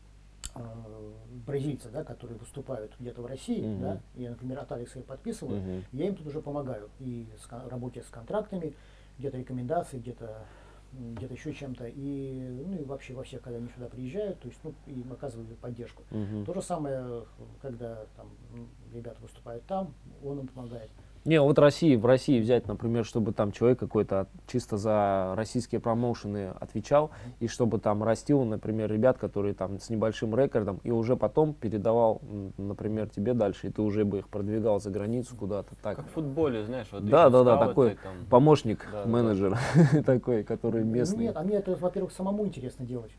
бразильцы, да, которые выступают где-то в России, да, я, например, от Алекса их подписываю, я им тут уже помогаю и работе с контрактами, где-то рекомендации, где-то еще чем-то, и вообще во всех, когда они сюда приезжают, то есть им оказываю поддержку. То же самое, когда там ребята выступают там, он им помогает. Не, вот в России взять, например, чтобы там человек какой-то чисто за российские промоушены отвечал, и чтобы там растил, например, ребят, которые там с небольшим рекордом, и уже потом передавал, например, тебе дальше, и ты уже бы их продвигал за границу куда-то. Так. Как в футболе, знаешь, вот да, скауты, такой там, помощник менеджера, такой, который местный. Нет, а мне это, во-первых, самому интересно делать.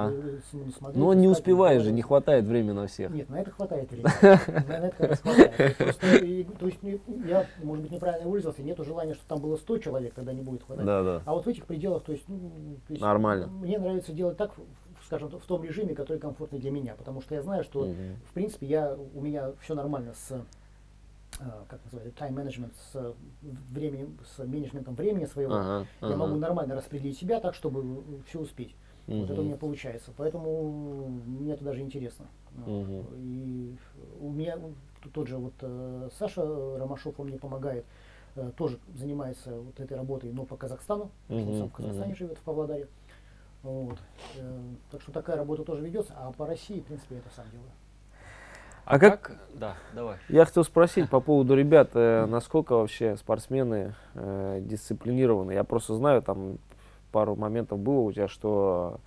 Ну, не успеваешь же, не хватает времени на всех. Нет, на это хватает времени. На это как раз хватает. То есть я, может быть, неправильно выразился, нету желания, чтобы там было 100 человек, тогда не будет хватать. Да. А вот в этих пределах, то есть нормально. Мне нравится делать так, скажем, в том режиме, который комфортный для меня, потому что я знаю, что, в принципе, у меня все нормально с, как называется, time management, с менеджментом времени своего. Я могу нормально распределить себя так, чтобы все успеть. Вот это у меня получается. Поэтому мне это даже интересно. И у меня тот же вот Саша Ромашов, он мне помогает, тоже занимается вот этой работой, но по Казахстану, он сам в Казахстане живет, в Павлодаре. Вот. Так что такая работа тоже ведется, а по России, в принципе, я это сам делаю. А как? Да, давай. Я хотел спросить по поводу ребят, насколько вообще спортсмены дисциплинированы. Я просто знаю, там пару моментов было у тебя, что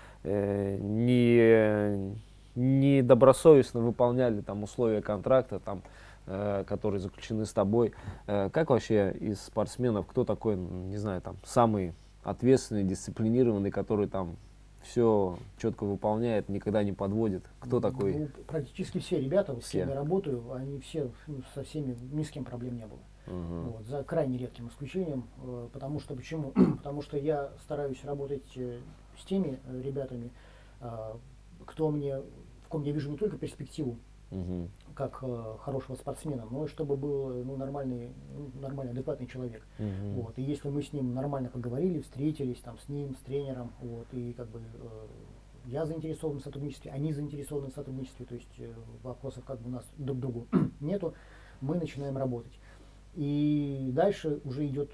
не добросовестно выполняли там условия контракта, там, которые заключены с тобой. Как вообще из спортсменов, кто такой, не знаю, там, самый ответственный, дисциплинированный, который там все четко выполняет, никогда не подводит? Кто такой? Практически все ребята, с кем я работаю, они все, со всеми ни с кем проблем не было. Вот, за крайне редким исключением. Потому что почему? Потому что я стараюсь работать с теми ребятами, в ком я вижу не только перспективу как хорошего спортсмена, но и чтобы был нормальный, адекватный человек. Вот. И если мы с ним нормально поговорили, встретились там, с ним, с тренером, вот, и как бы я заинтересован в сотрудничестве, они заинтересованы в сотрудничестве, то есть вопросов как бы у нас друг к другу нету, мы начинаем работать. И дальше уже идет,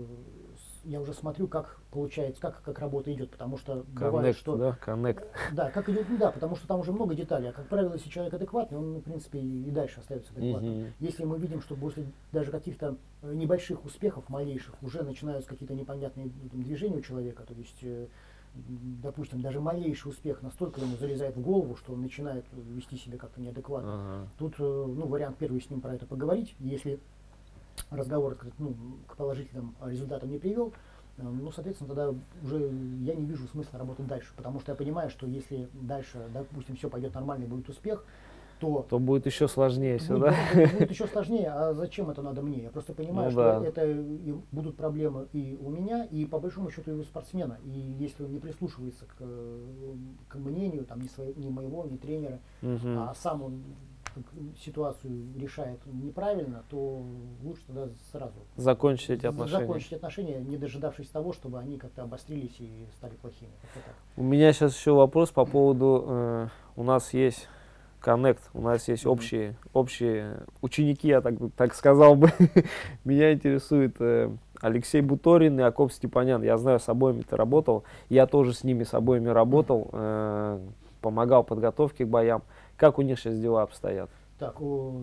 я уже смотрю, как получается, как работа идет, потому что бывает, Коннект, что... да, коннект. Да, как идет, да, потому что там уже много деталей. А как правило, если человек адекватный, он, в принципе, и дальше остается адекватным. Мгм. Если мы видим, что после даже каких-то небольших успехов, малейших, уже начинаются какие-то непонятные движения у человека, то есть, допустим, даже малейший успех настолько ему залезает в голову, что он начинает вести себя как-то неадекватно. Ага. Тут, ну, вариант первый с ним про это поговорить. Если разговор ну, к положительным результатам не привел, ну, соответственно, тогда уже я не вижу смысла работать дальше, потому что я понимаю, что если дальше, допустим, все пойдет нормально и будет успех, то То будет еще сложнее все, будет, да? будет еще сложнее. А зачем это надо мне? Я просто понимаю, Ну что да. это и будут проблемы и у меня, и по большому счету и у спортсмена. И если он не прислушивается к мнению там, ни моего, ни тренера, Мгм. а сам он ситуацию решает неправильно, то лучше тогда сразу Закончить эти отношения. закончить отношения, не дожидавшись того, чтобы они как-то обострились и стали плохими. Как-то так. У меня сейчас еще вопрос по поводу, у нас есть коннект, у нас есть Мгм. общие ученики, я так сказал бы. Меня интересует Алексей Буторин и Акоп Степанян. Я знаю, с обоими ты работал. Я тоже с ними, с обоими работал, помогал подготовке к боям. Как у них сейчас дела обстоят? Так,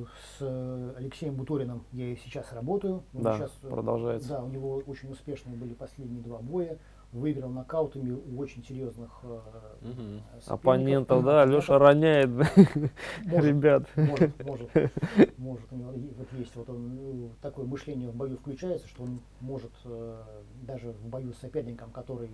с Алексеем Буториным я и сейчас работаю. Он Да, сейчас, продолжается. да, у него очень успешные были последние два боя. Выиграл нокаутами у очень серьезных Мгм. Оппонентов, да, Леша роняет ребят. Может, у него вот есть вот он, такое мышление в бою включается, что он может даже в бою с соперником, который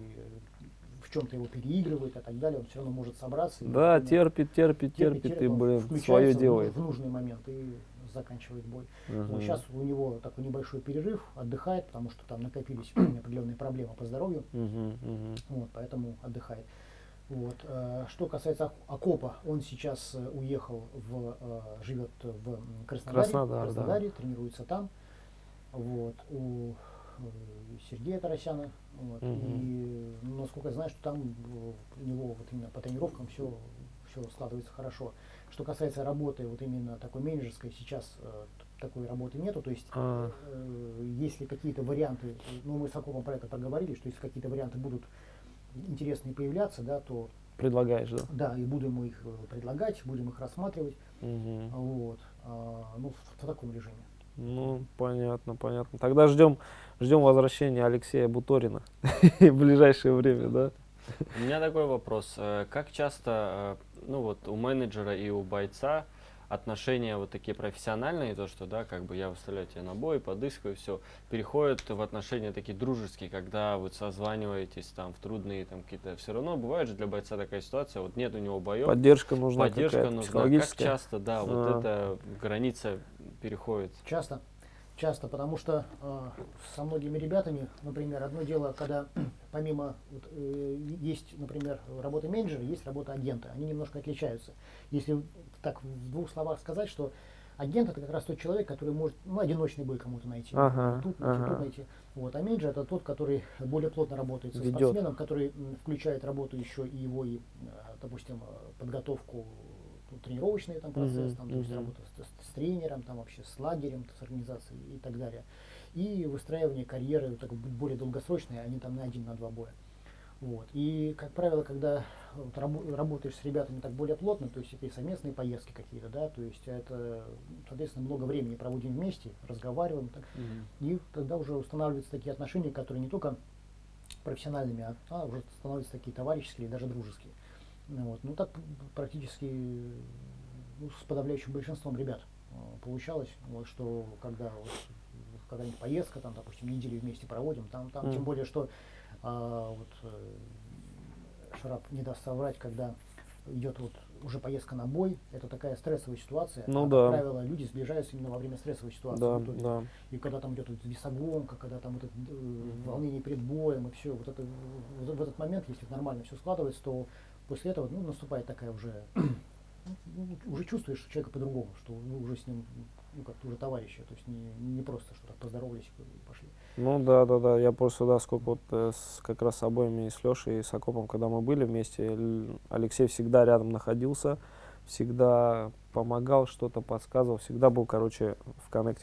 в чем-то его переигрывает и так далее, он все равно может собраться. Да, например, терпит и, он блин, включается свое делает. в нужный момент и заканчивает бой. Мгм. Вот сейчас у него такой небольшой перерыв, отдыхает, потому что там накопились определенные проблемы по здоровью, Мгм. вот, поэтому отдыхает. Вот. Что касается Акопа, он сейчас уехал живет в Краснодаре, тренируется там, вот, у Сергея Тарасяна. Вот. Мгм. И насколько я знаю, что там у него вот именно по тренировкам все складывается хорошо. Что касается работы вот именно такой менеджерской, сейчас такой работы нету. То есть если какие-то варианты, ну мы с Акопом про это проговорили, что если какие-то варианты будут интересные появляться, да, то Предлагаешь, да? да, и будем их предлагать, будем их рассматривать. Мгм. Вот. Ну, в таком режиме. Ну, понятно. Тогда ждем возвращения Алексея Буторина в ближайшее время, да? У меня такой вопрос. Как часто, ну вот у менеджера и у бойца отношения вот такие профессиональные, то что, да, как бы я выставляю тебя на бой, подыскиваю, все, переходят в отношения такие дружеские, когда вы созваниваетесь там в трудные там какие-то, все равно бывает же для бойца такая ситуация, вот нет у него боев, Поддержка нужна поддержка какая-то, нужна. Как психологическая. часто, да, вот эта граница переходит? Часто, потому что со многими ребятами, например, одно дело, когда помимо есть, например, работа менеджера, есть работа агента, они немножко отличаются. Если так в двух словах сказать, что агент это как раз тот человек, который может, ну, одиночный бой кому-то найти, тут найти. Вот. А менеджер это тот, который более плотно работает со спортсменом, который включает работу еще и его, допустим, подготовку, тренировочный там процесс, там, то есть работа с тренером, там вообще с лагерем, с организацией и так далее. И выстраивание карьеры так, более долгосрочные, они там на 1-2 боя. Вот. И, как правило, когда вот, работаешь с ребятами так более плотно, то есть это и совместные поездки какие-то, да, то есть это, соответственно, много времени проводим вместе, разговариваем, так, и тогда уже устанавливаются такие отношения, которые не только профессиональными, а уже становятся такие товарищеские и даже дружеские. Вот. Ну так практически с подавляющим большинством ребят получалось, вот, что когда-нибудь поездка, там, допустим, неделю вместе проводим, там тем более, что Шарап не даст соврать, когда идет вот уже поездка на бой, это такая стрессовая ситуация, Ну, как правило, люди сближаются именно во время стрессовой ситуации. Да. И когда там идет весогонка, когда там волнение перед боем, и все, в этот момент, если нормально все складывается, то после этого наступает такая уже, уже чувствуешь человека по-другому, что вы уже с ним как-то уже товарищи, то есть не просто что-то поздоровались и пошли. Ну да, я просто, сколько вот как раз с обоими, и с Лешей, и с Акопом, когда мы были вместе, Алексей всегда рядом находился, всегда помогал, что-то подсказывал, всегда был, в коннекте.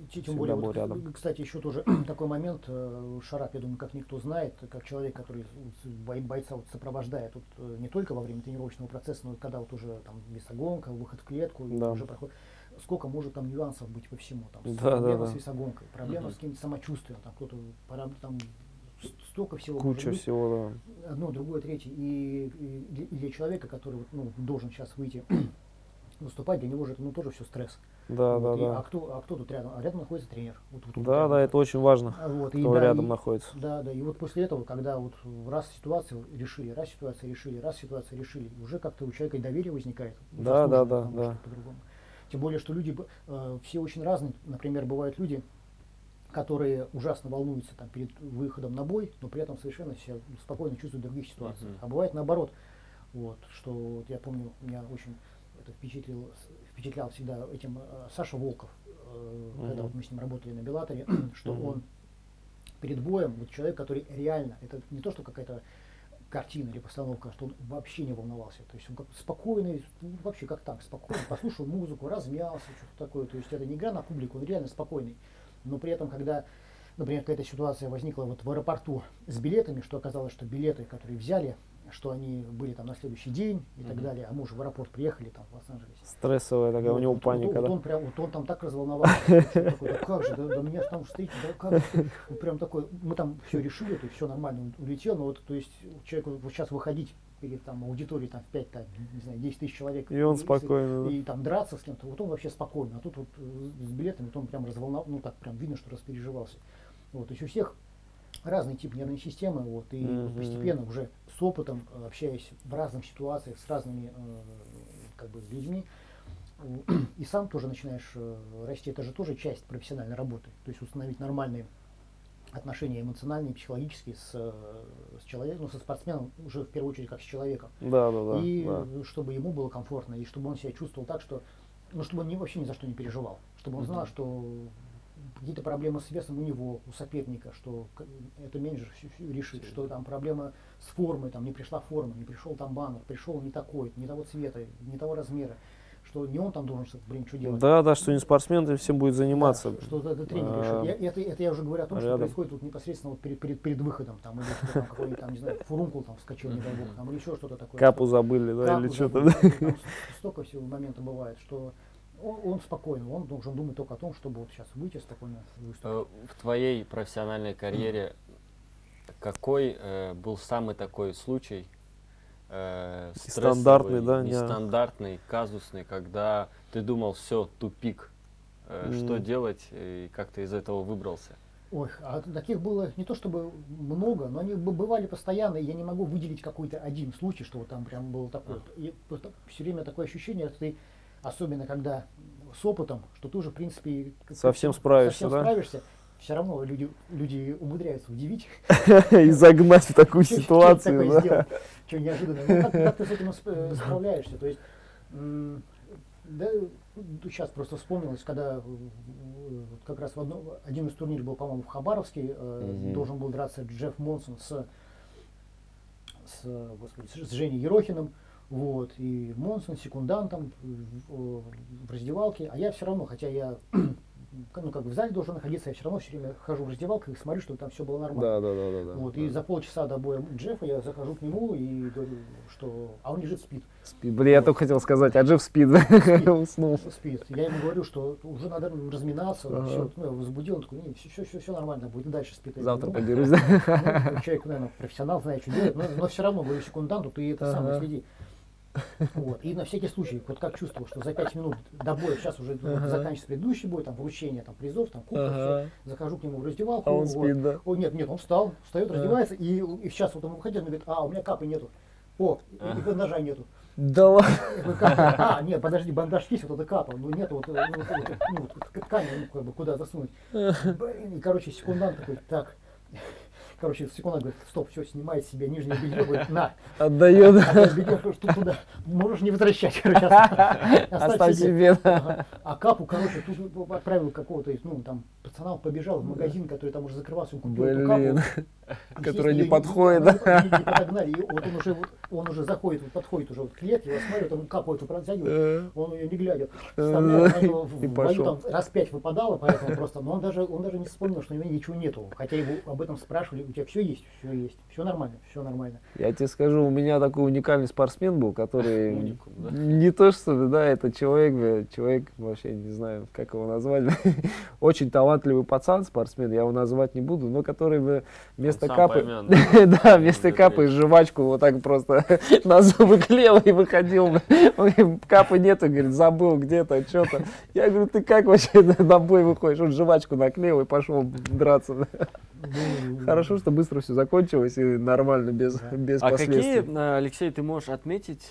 Тем всегда более, был вот, рядом. кстати, еще тоже такой момент, Шарап, я думаю, как никто знает, как человек, который бойца вот сопровождает вот, не только во время тренировочного процесса, но и когда вот уже там весогонка, выход в клетку, и Да. уже проходит, сколько может там нюансов быть по всему, там, Да, проблема да, с да. весогонкой, проблема с каким-то самочувствием, там кто-то, там столько всего Куча может быть. всего, Одно, другое, третье. И для человека, который вот, ну, должен сейчас выйти выступать, для него же это ну, тоже все стресс. да. Вот, Да, да. А кто тут рядом? А рядом находится тренер. Вот Да, рядом. да, это очень важно, Вот, и кто да, рядом и- находится. Да, да. И вот после этого, когда вот раз ситуацию решили, раз ситуацию решили, уже как-то у человека и доверие возникает. Да, да, заслуженное, да, потому да. что по-другому. Тем более, что люди все очень разные. Например, бывают люди, которые ужасно волнуются там, перед выходом на бой, но при этом совершенно себя спокойно чувствуют в других ситуациях. А бывает наоборот, вот, что вот я помню, меня очень это впечатлял всегда этим Саша Волков, когда вот мы с ним работали на Беллаторе, что он перед боем, вот человек, который реально, это не то, что какая-то картина или постановка, что он вообще не волновался. То есть он как спокойный, ну, вообще как так, спокойно, послушал музыку, размялся, что-то такое. То есть это не игра на публику, он реально спокойный. Но при этом, когда, например, какая-то ситуация возникла вот в аэропорту с билетами, что оказалось, что билеты, которые взяли, что они были там на следующий день и так далее, а мы уже в аэропорт приехали там в Лос-Анджелесе. Стрессовая такая, у него паника, Вот да? он прям, вот он там так разволновался, что такой, да как же, да меня же там встретить, да как же. Вот прям такой, мы там все решили, то есть все нормально, он улетел, но вот, то есть человеку вот сейчас выходить перед там аудиторией там в 5, там, не знаю, 10 тысяч человек. И он спокойно, да. И там драться с кем-то, вот он вообще спокойно, а тут вот с билетами, вот он прям разволновался, ну так прям видно, что распереживался. Вот, то есть у всех разный тип нервной системы, вот, и вот постепенно уже с опытом, общаясь в разных ситуациях с разными как бы, людьми, и сам тоже начинаешь расти. Это же тоже часть профессиональной работы. То есть установить нормальные отношения эмоциональные, психологические с человеком, ну, со спортсменом, уже в первую очередь как с человеком. Да, да, да. И да. чтобы ему было комфортно, и чтобы он себя чувствовал так, что, ну, чтобы он вообще ни за что не переживал. Чтобы он знал, что какие-то проблемы с весом у него, у соперника, что это менеджер решит, что там проблема с формой, там не пришла форма, не пришел там баннер, пришел не такой, не того цвета, не того размера, что не он там должен, что делать. Да, да, что не спортсмен, всем будет заниматься. Да, что это тренер решит. Это я уже говорю о том, что происходит вот непосредственно вот перед выходом, там, или что там, какой-нибудь там, не знаю, фурункул там вскочил, не дай бог, там, или еще что-то такое. Капу забыли, да, Капу или что-то. забыли, там столько всего моментов бывает, что он спокойный, он должен думать только о том, чтобы вот сейчас выйти спокойно выступить. В твоей профессиональной карьере какой был самый такой случай Стандартный, да, нестандартный, казусный, когда ты думал, все, тупик, что делать и как ты из этого выбрался? Ой, а таких было не то чтобы много, но они бывали постоянно, и я не могу выделить какой-то один случай, что вот там прям было такое. И все время такое ощущение, что ты, особенно когда с опытом, что ты уже, в принципе, Совсем справишься, да? справишься, все равно люди умудряются удивить. И загнать в такую Что ситуацию, да. сделать, что неожиданно. Ну, как ты с этим справляешься? То есть, да, сейчас просто вспомнилось, когда вот как раз один из турниров был, по-моему, в Хабаровске, должен был драться Джефф Монсон с Женей Ерохиным. Вот, и Монсон секундантом в раздевалке, а я все равно, хотя я ну, как бы в зале должен находиться, я все равно все время хожу в раздевалку и смотрю, чтобы там все было нормально. Да. Вот, и за полчаса до боя Джеффа я захожу к нему и говорю, что... А он лежит, спит. Блин, я только хотел сказать, а Джефф спит, уснул. Спит. Я ему говорю, что уже надо разминаться. Все, ну, я его возбудил, он такой, нет, все нормально будет, и дальше спит. Завтра говорю, поберусь. ну, человек, наверное, профессионал, знает, что делать, но все равно, говорю, секунданту, ты это сам следи. Вот. И на всякий случай, вот как чувствовал, что за 5 минут до боя, сейчас уже заканчивается предыдущий бой, там вручение там, призов, там, кубков, все, захожу к нему в раздевалку. А он спит, да? О, нет, он встает, раздевается, и сейчас вот он выходил, он говорит, у меня капы нету. О, и бандажа нету. Да ладно. Нет, подожди, бандаж есть, вот это капа, но нет вот ткани, ну, как бы, куда засунуть. Блин, и, короче, секундант такой, так. короче, секунда говорит, стоп, все, снимает себе нижнее белье, говорит, на. Отдает. Опять белье, что туда, можешь не возвращать, короче, Оставь себе. Ага. А Капу, короче, тут отправил какого-то, ну, там, пацана, побежал в магазин, который там уже закрывался, он купил эту Блин. Капу. Который не Естественно, подходит, ее да? не подогнали, и вот он уже заходит, вот подходит уже вот к клетке, его смотрит, он Капу эту протягивает, он ее не глядя вставляет, она И в бою пошел. там раз 5 выпадала, поэтому просто, но он даже не вспомнил, что у него ничего нету, хотя его об этом спрашивали, у тебя все есть, все нормально, все нормально. Я тебе скажу, у меня такой уникальный спортсмен был, который Уникум, да? не то что, да, это человек, вообще не знаю, как его назвать, очень талантливый пацан, спортсмен, я его называть не буду, но который бы вместо сам капы, поймет, да? да, вместо капы жвачку вот так просто на зубы клеил и выходил. Он говорит, капы нету, говорит, забыл где-то, что-то. Я говорю, ты как вообще на бой выходишь? Он жвачку наклеил и пошел драться. Хорошо, что быстро все закончилось и нормально, без А последствий. какие, Алексей, ты можешь отметить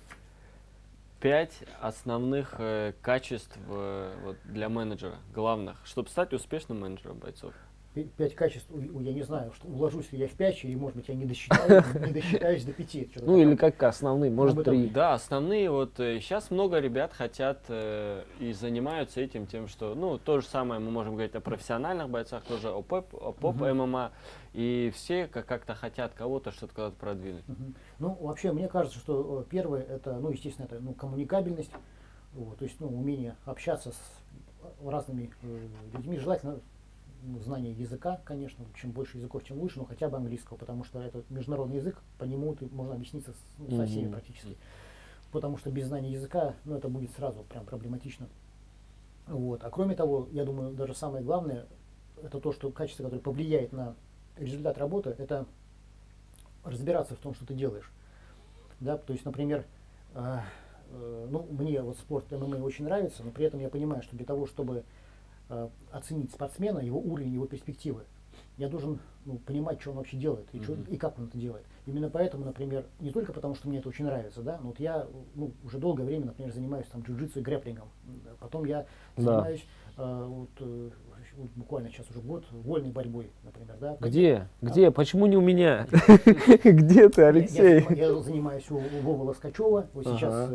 5 основных качеств вот, для менеджера, главных, чтобы стать успешным менеджером бойцов? 5 качеств, я не знаю, что уложусь ли я в 5, или, может быть, я не досчитаюсь до 5. Ну или как основные, может 3. Да, основные, вот сейчас много ребят хотят и занимаются этим, тем, что, ну, то же самое мы можем говорить о профессиональных бойцах, тоже о поп ММА, и все как-то хотят кого-то что-то куда-то продвинуть. Ну, вообще, мне кажется, что первое, это, ну, естественно, это коммуникабельность, вот, то есть, ну, умение общаться с разными людьми, желательно знание языка, конечно, чем больше языков, тем лучше, но хотя бы английского, потому что это международный язык, по нему можно объясниться со всеми практически. Потому что без знания языка, ну, это будет сразу прям проблематично. Вот. А кроме того, я думаю, даже самое главное, это то, что качество, которое повлияет на результат работы, это разбираться в том, что ты делаешь. Да? То есть, например, ну, мне вот спорт ММА очень нравится, но при этом я понимаю, что для того, чтобы оценить спортсмена, его уровень, его перспективы, я должен, ну, понимать, что он вообще делает и как он это делает. Именно поэтому, например, не только потому, что мне это очень нравится, да, но вот я, ну, уже долгое время, например, занимаюсь там джиу-джитсу и грэпплингом, потом я занимаюсь вот буквально сейчас уже год вольной борьбой, например, да. Где? Почему не у меня? Где ты, Алексей? Я занимаюсь у Вовы Лоскачева, вот сейчас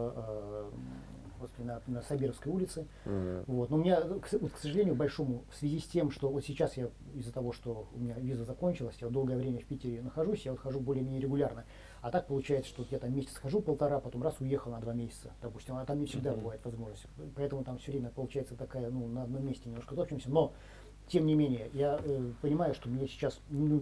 на Сабировской улице. Вот. Но у меня, к сожалению, большому, в связи с тем, что вот сейчас я, из-за того, что у меня виза закончилась, я долгое время в Питере нахожусь, я вот хожу более-менее регулярно. А так получается, что вот я там месяц хожу, полтора, потом раз уехал на 2 месяца, допустим, а там не всегда бывает возможность. Поэтому там все время получается такая, ну, на одном месте немножко топчемся. Но, тем не менее, я понимаю, что мне сейчас не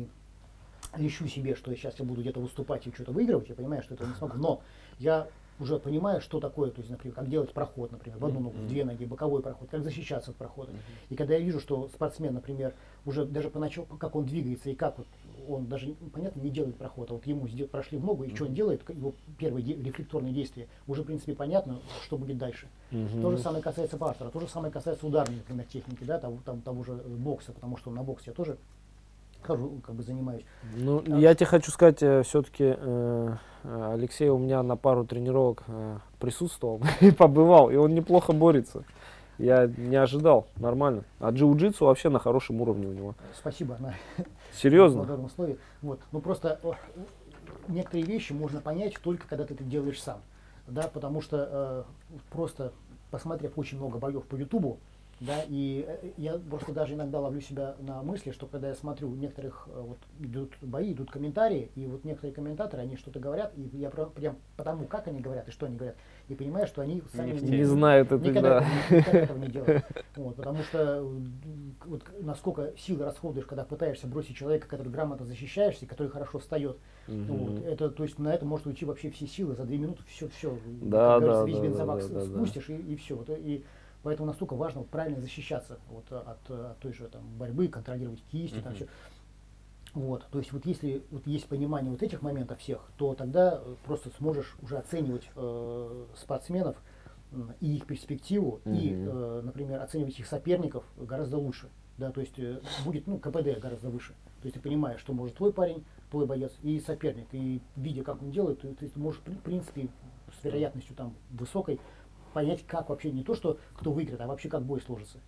лещу себе, что сейчас я буду где-то выступать и что-то выигрывать, я понимаю, что это не смогу. Но я уже понимаю, что такое, то есть, например, как делать проход, например, в одну ногу, в 2 ноги, боковой проход, как защищаться от прохода. И когда я вижу, что спортсмен, например, уже даже поначалу, как он двигается и как вот он даже, понятно, не делает проход, а вот ему прошли в ногу, и что он делает, его первые рефлекторные действия, уже, в принципе, понятно, что будет дальше. То же самое касается бартера, то же самое касается ударной, например, техники, да, того же бокса, потому что на боксе я тоже хожу, как бы занимаюсь. Ну, я тебе хочу сказать, все-таки Алексей у меня на пару тренировок присутствовал и побывал, и он неплохо борется. Я не ожидал, нормально. А джиу-джитсу вообще на хорошем уровне у него. Спасибо. Серьезно? В условии. Вот. Ну просто некоторые вещи можно понять только когда ты это делаешь сам. Да, потому что просто посмотрев очень много боев по Ютубу, да, и я просто даже иногда ловлю себя на мысли, что когда я смотрю некоторых, вот идут бои, идут комментарии, и вот некоторые комментаторы, они что-то говорят, и я прям потому, как они говорят и что они говорят, и понимаю, что они сами не знают это, никогда да. этого не делают. Вот, потому что вот насколько сил расходуешь, когда пытаешься бросить человека, который грамотно защищаешься, который хорошо встает, вот, это, то есть на это может уйти вообще все силы, за 2 минуты все, Да, весь бензобак спустишь, и все. Вот, и поэтому настолько важно вот правильно защищаться вот, от той же там, борьбы, контролировать кисти, там все. Вот, то есть вот если вот есть понимание вот этих моментов всех, то тогда просто сможешь уже оценивать спортсменов и их перспективу, и, например, оценивать их соперников гораздо лучше. Да, то есть будет, ну, КПД гораздо выше. То есть ты понимаешь, что может твой парень, твой боец и соперник. И видя, как он делает, ты можешь, в принципе, с вероятностью там высокой понять, как вообще не то, что кто выиграет, а вообще как бой сложится.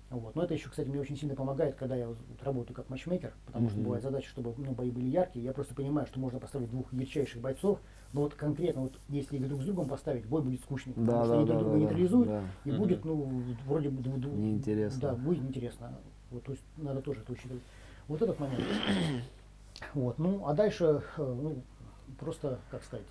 Вот. Но это еще, кстати, мне очень сильно помогает, когда я вот работаю как матчмейкер, потому что бывает задача, чтобы бои были яркие. Я просто понимаю, что можно поставить двух ярчайших бойцов, но вот конкретно, вот, если их друг с другом поставить, бой будет скучный, потому что они друг друга нейтрализуют, и будет, вроде бы неинтересно. Да, будет интересно. Вот, то есть надо тоже это учитывать. Вот этот момент. Вот. Ну, а дальше, просто, как сказать,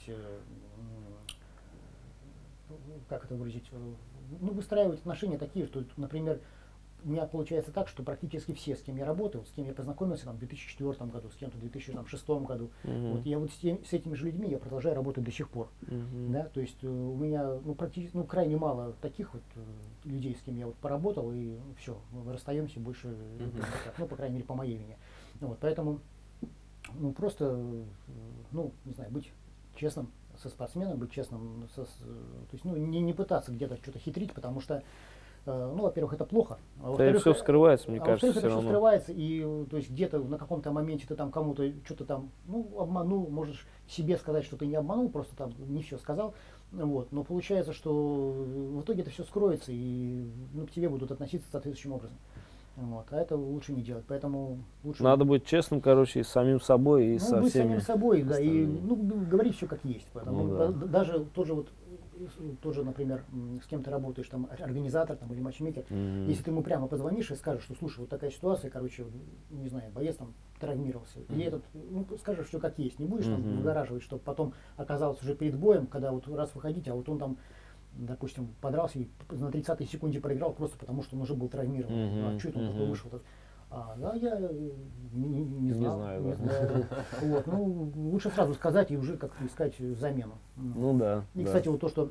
как это выразить, выстраивать отношения такие, что, например, у меня получается так, что практически все, с кем я работаю, с кем я познакомился в 2004 году, с кем-то в 2006 году, вот я вот с этими же людьми я продолжаю работать до сих пор. Да, то есть у меня практически, крайне мало таких вот людей, с кем я вот поработал, и все, мы расстаемся больше, по крайней мере, по моей вине. Вот, поэтому просто, не знаю, быть честным со спортсменом, быть честным, то есть не пытаться где-то что-то хитрить, потому что во-первых, это плохо. Да и все скрывается, мне кажется, все равно. Все скрывается, и то есть где-то на каком-то моменте ты там кому-то что-то там, обманул, можешь себе сказать, что ты не обманул, просто там не все сказал. Вот. Но получается, что в итоге это все скроется, и к тебе будут относиться соответствующим образом. Вот. А это лучше не делать. Поэтому лучше... Надо быть честным, короче, и с самим собой, и со быть всеми. самим собой, да, и остальными. говорить все как есть. Поэтому даже тоже, например, с кем ты работаешь, там, организатор там, или матчмейкер, если ты ему прямо позвонишь и скажешь, что слушай, вот такая ситуация, короче, не знаю, боец там травмировался, или этот, скажешь все как есть, не будешь там выгораживать, чтобы потом оказалось уже перед боем, когда вот раз выходить, а вот он там, допустим, подрался и на 30-й секунде проиграл просто потому, что он уже был травмирован. А что это он такой вышел? Я не знаю. Да. Вот, лучше сразу сказать и уже как-то искать замену. Да. И, кстати, вот то, что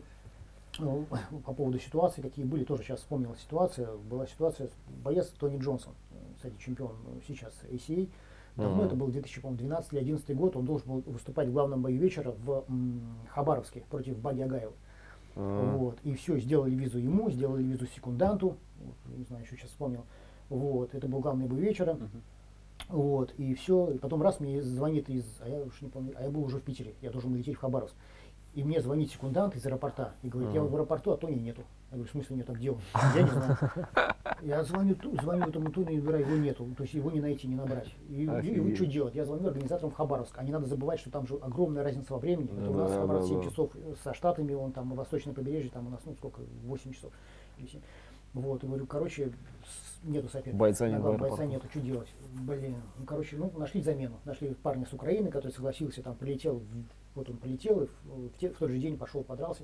по поводу ситуации, какие были, тоже сейчас вспомнила ситуация. Была ситуация, боец Тони Джонсон, кстати, чемпион сейчас ACA. Давно это был 2012 или 2011 год, он должен был выступать в главном бою вечера в Хабаровске против Баги Агаева. Вот, и все, сделали визу ему, сделали визу секунданту, не знаю, еще сейчас вспомнил. Вот, это был главный бой вечера. Вот, и все, и потом раз мне звонит а я уж не помню, а я был уже в Питере, я должен был лететь в Хабаровск. И мне звонит секундант из аэропорта и говорит, я в аэропорту, а Тони нету. Я говорю, в смысле нет, а где он? Я не знаю. Я звоню этому Тони и говорю, его нету, то есть его не найти, не набрать. И что делать? Я звоню организаторам в Хабаровск, а не надо забывать, что там же огромная разница во времени. Это у нас Хабаровск 7 часов со Штатами, он там на восточном побережье, там у нас, 8 часов или 7. Вот, и говорю, короче, нету соперника. Бойца нету, что делать? Блин, нашли замену. Нашли парня с Украины, который согласился, там полетел, вот он полетел, и в тот же день пошел, подрался.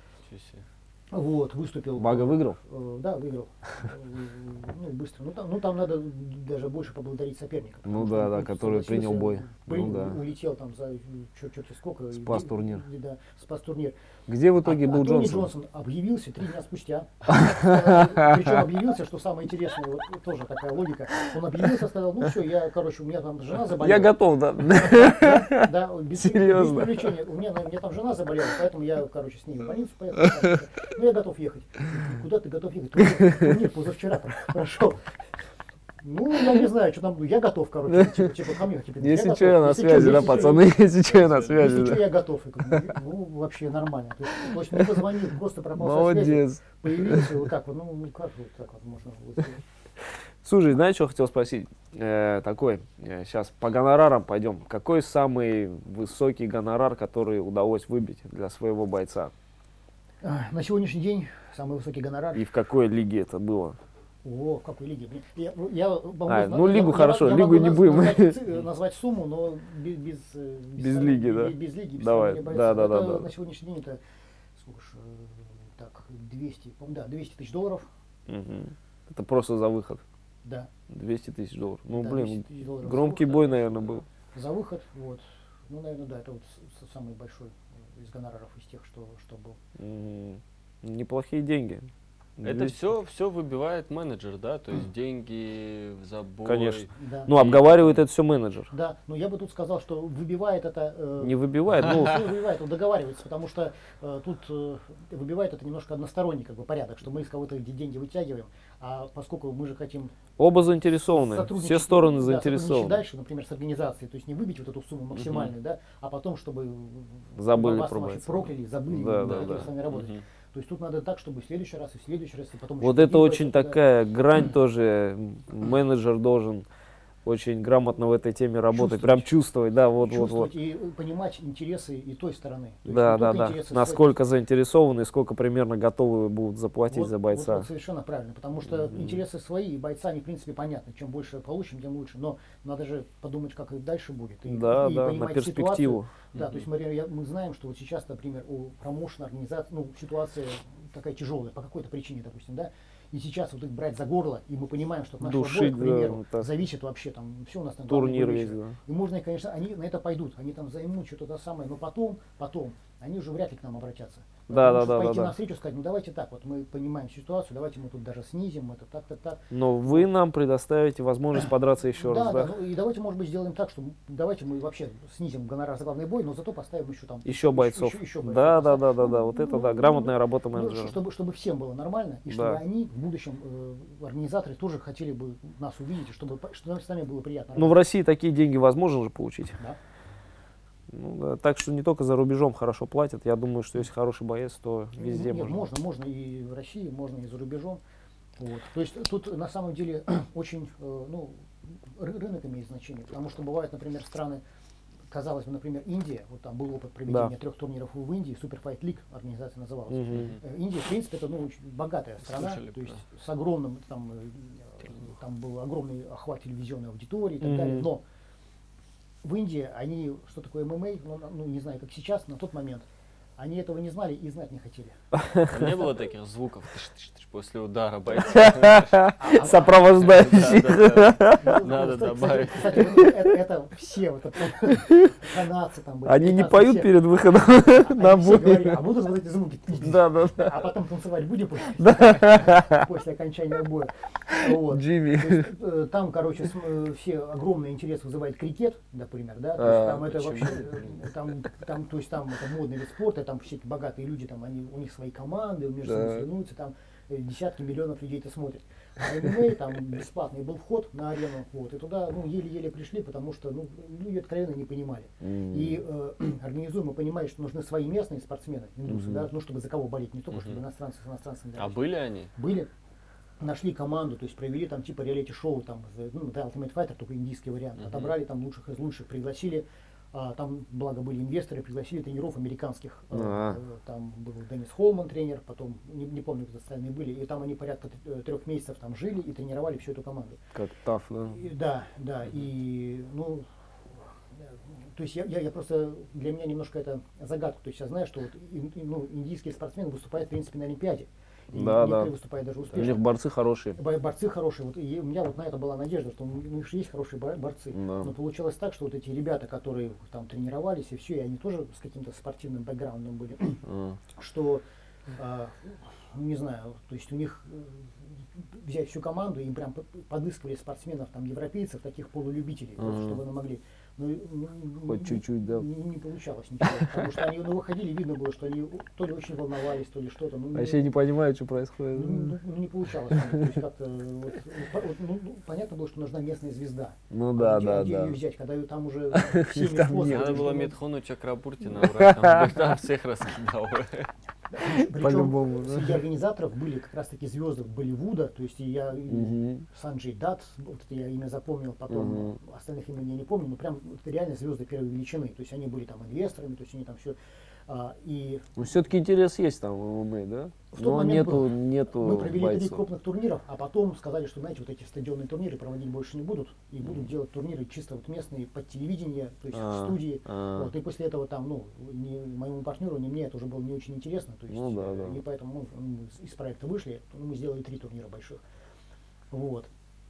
Вот, выступил. Бага выиграл? Да, выиграл. Быстро. Там надо даже больше поблагодарить соперника. Который принял бой. Улетел там за черти сколько. Спас турнир. Да, спас турнир. Где в итоге был Тони Джонсон? Джонсон объявился 3 дня спустя. Причем объявился, что самое интересное, вот тоже такая логика. Он объявился, сказал, все, у меня там жена заболела. Я готов, да. Да, без привлечения. У меня там жена заболела, поэтому я, с ней в больницу поехал. Я готов ехать. Куда ты готов ехать? Турнир позавчера прошел. Я не знаю, что там, я готов, ко мне. Если что, я на связи, да, пацаны, если что, я на связи. Если что, я готов. Вообще нормально. То есть не позвонил, просто пропал со связи. Появился вот так вот, как вот так вот можно было. Слушай, знаешь, что хотел спросить? Сейчас по гонорарам пойдем. Какой самый высокий гонорар, который удалось выбить для своего бойца? На сегодняшний день самый высокий гонорар. И в какой лиге это было? В какой лиге? Лигу хорошо, лигу не будем. Назвать сумму, но без лиги, да? Без лиги, без Давай, да. На сегодняшний день это сколько ж, 200 тысяч долларов. Это просто за выход? Да. 200 тысяч долларов. $200 громкий бой, наверное, был. За выход, вот. Наверное, да, это вот самый большой из гонораров из тех, что был. Неплохие деньги. Это все выбивает менеджер, да? То есть деньги за бой. Конечно. Да. Обговаривает это все менеджер. Да, но я бы тут сказал, что выбивает это... Не выбивает, выбивает, он договаривается, потому что тут выбивает это немножко односторонний порядок, что мы из кого-то деньги вытягиваем, а поскольку мы же хотим... Оба заинтересованы, все стороны заинтересованы. Дальше, например, с организацией, то есть не выбить вот эту сумму максимальную, да, а потом, чтобы забыли вас про бойца. прокляли, забыли, с вами работать. То То есть тут надо так, чтобы в следующий раз, и потом Вот еще это другие очень бойцы, да. такая грань тоже. Менеджер должен очень грамотно в этой теме работать, прям чувствовать, да, вот. Чувствовать и понимать интересы и той стороны. То есть Да, не да, только да. интересы Насколько заинтересованы и сколько примерно готовы будут заплатить за бойца. Вот совершенно правильно, потому что интересы свои, и бойца, они в принципе понятны. Чем больше получим, тем лучше. Но надо же подумать, как и дальше будет. И Да, на понимать перспективу. ситуацию. Да, то есть мы знаем, что вот сейчас, например, у промоушена организации, ситуация такая тяжелая по какой-то причине, допустим, да. И сейчас вот их брать за горло, и мы понимаем, что от нашего боя, к примеру, зависит вообще там, все у нас там турнир весь, да. И можно, и, конечно, они на это пойдут, они там займут что-то самое, но потом, они уже вряд ли к нам обратятся. Потому что пойти навстречу, сказать, ну давайте так, вот мы понимаем ситуацию, давайте мы тут даже снизим, это так. Но вы нам предоставите возможность подраться еще раз, да? Ну, и давайте, может быть, сделаем так, что давайте мы вообще снизим гонорар за главный бой, но зато поставим еще там... Еще бойцов. Еще бойцов. Да, вот это да, грамотная работа менеджера. Чтобы всем было нормально, и чтобы они в будущем, организаторы, тоже хотели бы нас увидеть, и чтобы с нами было приятно. Ну, в России такие деньги возможно же получить. Да. Ну, да, так что не только за рубежом хорошо платят. Я думаю, что если хороший боец, то везде можно. Можно и в России, можно и за рубежом. Вот. То есть тут на самом деле очень, рынок имеет значение, потому что бывают, например, страны, казалось бы, например, Индия, вот там был опыт проведения 3 турниров в Индии, Super Fight League организация называлась. Индия, в принципе, это очень богатая страна, то есть с огромным, там был огромный охват телевизионной аудитории и так далее, но в Индии они, что такое ММА, не знаю, как сейчас, на тот момент, они этого не знали и знать не хотели. Не было таких звуков после удара бойца. Сопровождающих. Надо добавить. Это все, вот канадцы там были. Они не поют перед выходом на бой. А будут вот эти звуки. Да. А потом танцевать будем после окончания боя. Джимми. Там, короче, все огромный интерес вызывает крикет, например, да. Там это вообще, то есть там это модный вид спорта, там все эти богатые люди, там у них свои команды, между собой соревнуются, там десятки миллионов людей это смотрят. А ММА, там бесплатный был вход на арену, вот, и туда еле-еле пришли, потому что люди откровенно не понимали. И организуемо понимали, что нужны свои местные спортсмены, индусы, да, чтобы за кого болеть, не только чтобы иностранцы с иностранцами. А были они? Были. Нашли команду, то есть провели там типа реалити-шоу, там, The Ultimate Fighter, только индийский вариант, отобрали там лучших из лучших, пригласили. Там, благо, были инвесторы, пригласили тренеров американских. Там был Деннис Холман тренер, потом, не помню, кто остальные были. И там они порядка 3 месяцев там жили и тренировали всю эту команду. Как таф, да? Да. И, то есть я просто, для меня немножко это загадка. То есть я знаю, что вот, индийские спортсмены выступают, в принципе, на Олимпиаде. И некоторые выступают даже успешно. У них борцы хорошие. Борцы хорошие. Вот, и у меня вот на это была надежда, что у них же есть хорошие борцы. Да. Но получилось так, что вот эти ребята, которые там тренировались, и все, и они тоже с каким-то спортивным бэкграундом были, что, не знаю, то есть у них взять всю команду, им прям подыскивали спортсменов, там, европейцев, таких полулюбителей, просто, чтобы они могли. Хоть чуть-чуть, да. Не получалось ничего, потому что они выходили, видно было, что они то ли очень волновались, то ли что-то. Вообще не понимают, что происходит. Не получалось. То есть как-то, понятно было, что нужна местная звезда. Где ее взять, когда ее там уже всеми способами. Надо было Митхуну Чакрабурти набрать, там всех раскидал. Причем среди организаторов были как раз таки звезды Болливуда, то есть Санджей Датт, вот это я имя запомнил, потом остальных имен я не помню, но прям это реально звезды первой величины, то есть они были там инвесторами, то есть они там все. Но все-таки интерес есть там в ММА, да? Но нету Мы провели бойцов. 3 крупных турниров, а потом сказали, что, знаете, вот эти стадионные турниры проводить больше не будут, и будут делать турниры чисто вот местные под телевидение, то есть в студии. Вот, и после этого там, ни моему партнеру, ни мне это уже было не очень интересно, то есть, и поэтому мы из проекта вышли, мы сделали 3 турнира больших. Вот.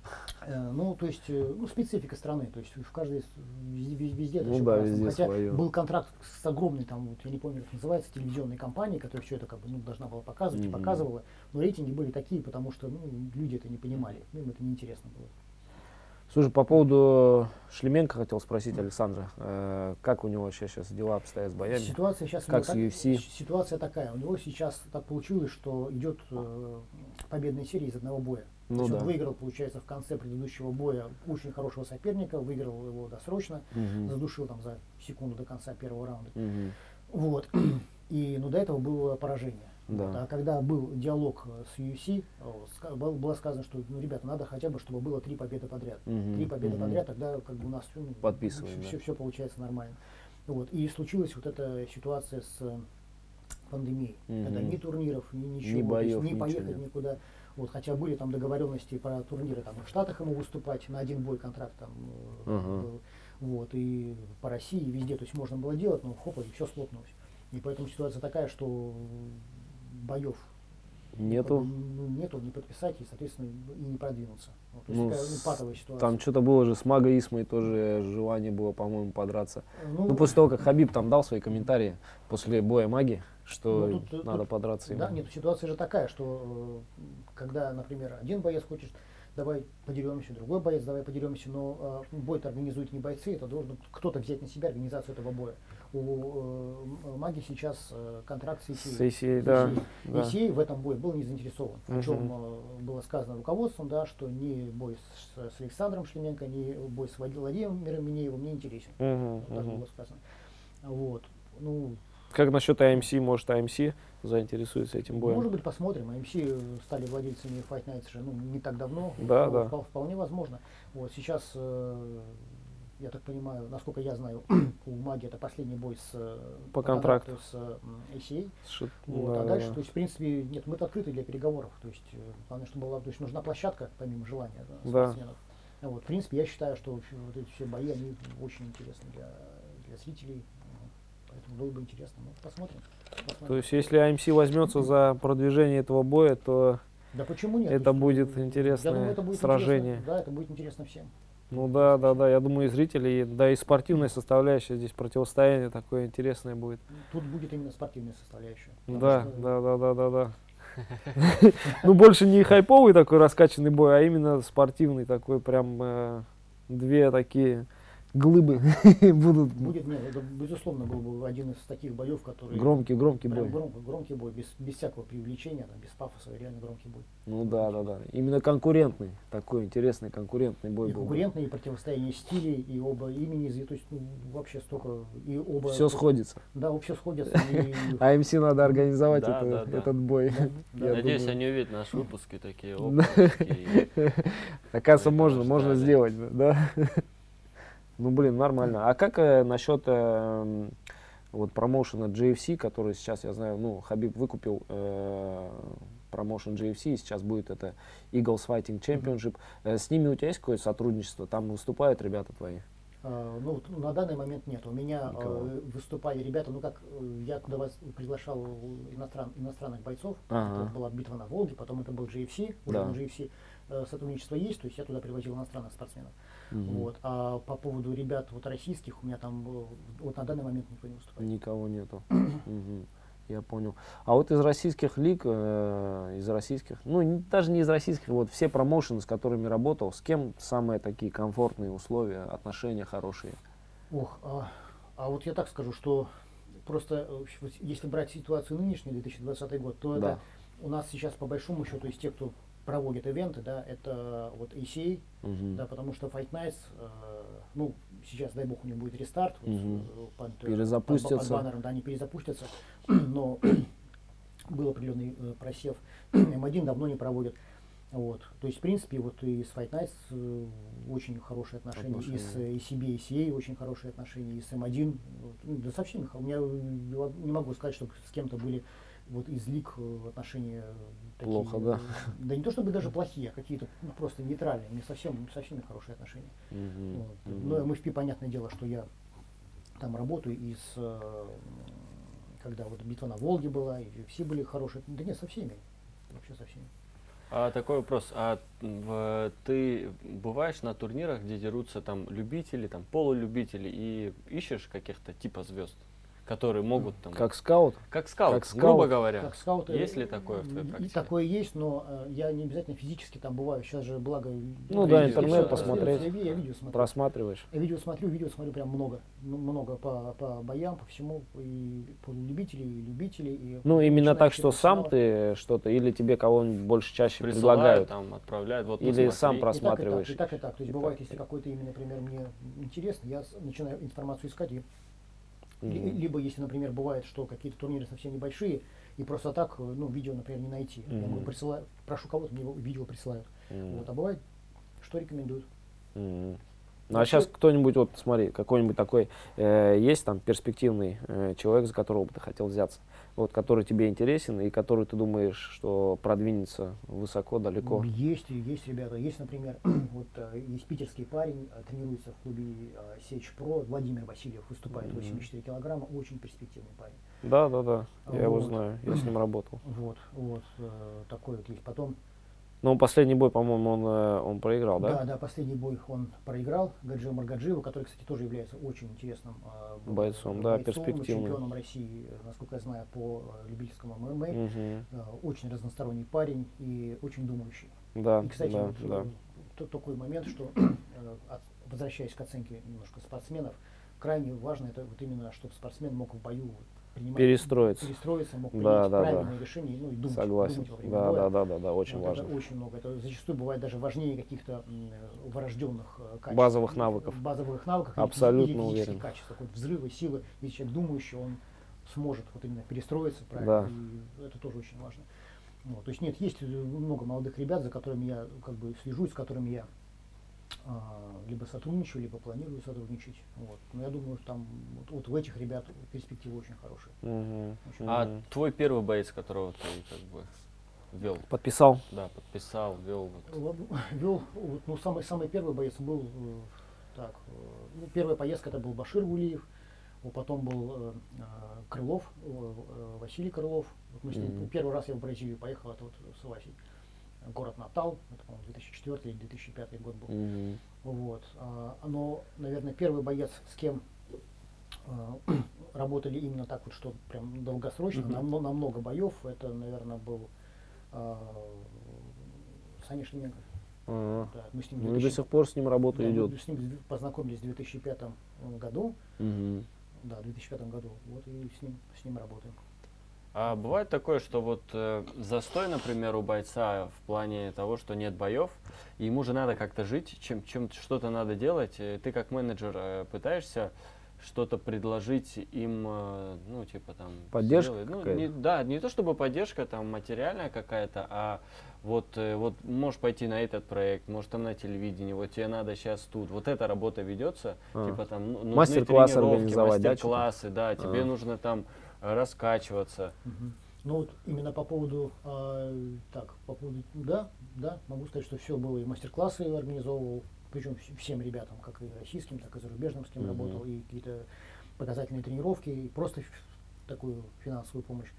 То есть, специфика страны, то есть в каждой везде это все по-разному. Хотя свое. был контракт с огромной, там, вот, я не помню, как называется, телевизионной компанией, которая все это как бы должна была показывать и показывала, но рейтинги были такие, потому что люди это не понимали, им это неинтересно было. Слушай, по поводу Шлеменко хотел спросить Александра, как у него вообще сейчас дела обстоят с боями? Ситуация сейчас как с UFC? Ситуация такая, у него сейчас так получилось, что идет победная серия из одного боя. То есть он выиграл, получается, в конце предыдущего боя очень хорошего соперника, выиграл его досрочно, задушил там за секунду до конца первого раунда. Вот. И, до этого было поражение. Да. Вот. А когда был диалог с UFC, было сказано, что, ну, ребята, надо хотя бы, чтобы было 3 победы подряд. 3 победы подряд, тогда как бы у нас Подписываем, все получается нормально. Вот. И случилась вот эта ситуация с пандемией, когда ни турниров, ничего, Ни боев, то есть, ни ничего поехать нет. никуда. Вот, хотя были там договоренности про турниры, там, в Штатах ему выступать, на 1 бой контракт там был, вот, и по России, и везде, то есть можно было делать, но хопа, и все схлопнулось. И поэтому ситуация такая, что боев Нету. нету, не подписать и, соответственно, и не продвинуться. Вот, то есть Ну, такая патовая ситуация. Там что-то было же с Маго Исмой, тоже желание было, по-моему, подраться. Ну, Ну, после того, как Хабиб там дал свои комментарии после боя Маги, что ну, тут надо подраться ему. Да, нет, ситуация же такая, что когда, например, один боец хочет, давай подеремся, другой боец, давай подеремся, но бой-то организуют не бойцы, это должен кто-то взять на себя организацию этого боя. У Маги сейчас контракт с С ECA. ACA, да. да. ECA в этом бое был не заинтересован. О чем было сказано руководством, да, что ни бой с Александром Шлеменко, ни бой с Владимиром Минеевым не интересен. Вот так было сказано. Вот. Ну, как насчет AMC? Может, AMC заинтересуется этим боем? может быть, посмотрим. AMC стали владельцами Fight Nights же, ну, не так давно. Да, да. Вполне возможно. Вот сейчас, я так понимаю, насколько я знаю, у Маги это последний бой по контракту с ACA. Вот, да, а дальше, то есть, в принципе, нет, мы открыты для переговоров. То есть, главное, чтобы была, то есть, нужна площадка, помимо желания спортсменов. Вот, в принципе, я считаю, что вот эти все бои, они очень интересны для зрителей. Поэтому было бы интересно. Ну, посмотрим. То есть, если AMC возьмется за продвижение этого боя, то да почему нет? это есть, будет интересное, я думаю, это будет сражение. Интересно, да, это будет интересно всем. Ну да, я думаю, и зрители, да и спортивная составляющая здесь, противостояние такое интересное будет. Тут будет именно спортивная составляющая. Да. Ну, больше не хайповый такой раскачанный бой, а именно спортивный такой, прям две такие глыбы будут. Будет, нет, это, безусловно, был бы один из таких боев, который... Громкий бой. Громкий бой, без всякого преувеличения, там, без пафоса, реально громкий бой. Ну да. Именно конкурентный, такой интересный конкурентный бой и был. Конкурентный, и противостояние стилей, и оба имени, то есть, ну, вообще столько, и оба... Все сходится. Да, все сходятся. AMC надо организовать этот бой. Надеюсь, они увидят наши выпуски такие опытные. Оказывается, можно сделать, да. Ну, блин, нормально. А как насчет вот промоушена GFC, который сейчас, я знаю, ну, Хабиб выкупил промоушен GFC, и сейчас будет это Eagles Fighting Championship. С ними у тебя есть какое-то сотрудничество? Там выступают ребята твои? Ну, на данный момент нет. У меня выступали ребята, ну как, я туда вас приглашал иностранных бойцов. Это была битва на Волге, потом это был GFC, уже на GFC сотрудничество есть, то есть я туда привозил иностранных спортсменов. Вот. А по поводу ребят вот российских, у меня там вот на данный момент никто не выступает. Никого нету. Я понял. А вот из российских лиг, ну даже не из российских, вот все промоушены, с которыми работал, с кем самые такие комфортные условия, отношения хорошие? Ох, а вот я так скажу, что просто если брать ситуацию нынешнюю, 2020 год, то это у нас сейчас по большому счету из тех, кто проводит ивенты, да, это вот ACA, да, потому что Fight Nights, ну, сейчас, дай бог, у них будет рестарт, под баннером, да, они перезапустятся, но был определенный просев, М1 давно не проводят. Вот. То есть, в принципе, вот и с Fight Nights очень хорошие отношения, и с ECB, ECA очень хорошие отношения, и с М1, да со всеми. У меня не могу сказать, чтобы с кем-то были вот из лиг отношения такие, плохо, да? Да не то чтобы даже плохие, а какие-то просто нейтральные. У меня со всеми хорошие отношения. Но МФП, понятное дело, что я там работаю, и когда вот битва на Волге была, и все были хорошие. Да нет, со всеми. Вообще со всеми. А такой вопрос, ты бываешь на турнирах, где дерутся там любители, там полулюбители, и ищешь каких-то типа звезд, которые могут там... Как скаут? Как скаут, грубо говоря. Как скаут, есть ли такое в твоей практике? Такое есть, но я не обязательно физически там бываю. Сейчас же, благо... Ну да, интернет посмотреть, я видео смотрю. просматриваешь. Я видео смотрю прям много. Много по боям, по всему. И полулюбителей, и любителей. И ну именно так, что сам ты что-то, или тебе кого-нибудь больше чаще предлагают? Там, отправляют, вот или сам просматриваешь? И так. То есть бывает, если какой-то имя, например, мне интересно, я начинаю информацию искать и либо, если, например, бывает, что какие-то турниры совсем небольшие, и просто так, ну, видео, например, не найти. Я говорю, прошу кого-то, мне видео присылают. Вот, а бывает, что рекомендуют. Ну а сейчас кто-нибудь, вот смотри, какой-нибудь такой, есть там перспективный человек, за которого бы ты хотел взяться, вот, который тебе интересен и который ты думаешь, что продвинется высоко, далеко? Есть ребята. Есть, например, вот есть питерский парень, тренируется в клубе Сечь Про, Владимир Васильев, выступает 84 килограмма, очень перспективный парень. Да, я его Вот. знаю, я с ним работал. Вот, такой вот есть. Потом, Ну, последний бой, по-моему, он проиграл, да? да, последний бой он проиграл Гаджиеву Маргаджиеву, который, кстати, тоже является очень интересным Бойцом, да, перспективным. чемпионом России, насколько я знаю, по любительскому ММА. Очень разносторонний парень и очень думающий. Да, И, кстати, да. Такой момент, что возвращаясь к оценке немножко спортсменов, крайне важно это вот именно, чтобы спортсмен мог в бою перестроиться, мог принять правильные решения, ну и думать. Согласен. Думать во время боя. Да, очень вот важно. Это очень много. Это зачастую бывает даже важнее каких-то врожденных качеств. Базовых навыков. Абсолютно или физических уверен. качеств, такой взрывы, силы. Если человек думающий, он сможет вот именно перестроиться правильно. И это тоже очень важно. Вот. То есть нет, есть много молодых ребят, за которыми я как бы слежусь, с которыми я либо сотрудничаю, либо планирую сотрудничать. Вот. Но я думаю, там вот в этих ребят перспективы очень хорошие. А твой первый боец, которого ты как бы вел? Подписал? Да, подписал, вел. Вел, ну, самый первый боец был, первая поездка это был Башир Гулиев, потом был Крылов, Василий Крылов. Вот мы с ним, первый раз я в Бразилию поехал, это вот с Васей. Город Натал, это, по-моему, 2004 или 2005 год был. Вот. Но, наверное, первый боец, с кем работали именно так вот, что прям долгосрочно, на много боев, это, наверное, был Саня Шлеменко. Да, мы с ним и до сих пор с ним работа идет. Мы с ним познакомились в 2005 году. Да, в 2005 году. Вот и с ним работаем. А бывает такое, что вот застой, например, у бойца в плане того, что нет боев, и ему же надо как-то жить, что-то надо делать. Ты как менеджер пытаешься что-то предложить им, ну, типа там... Поддержка не то чтобы поддержка там материальная какая-то, а вот можешь пойти на этот проект, может там на телевидении, вот тебе надо сейчас тут. Вот эта работа ведется, типа там нужны мастер-классы тренировки, организовать, мастер-классы, да, тебе нужно там раскачиваться. Ну вот именно по поводу, да, могу сказать, что все было, и мастер-классы организовывал, причем всем ребятам, как и российским, так и зарубежным, с кем работал, и какие-то показательные тренировки, и просто такую финансовую помощь.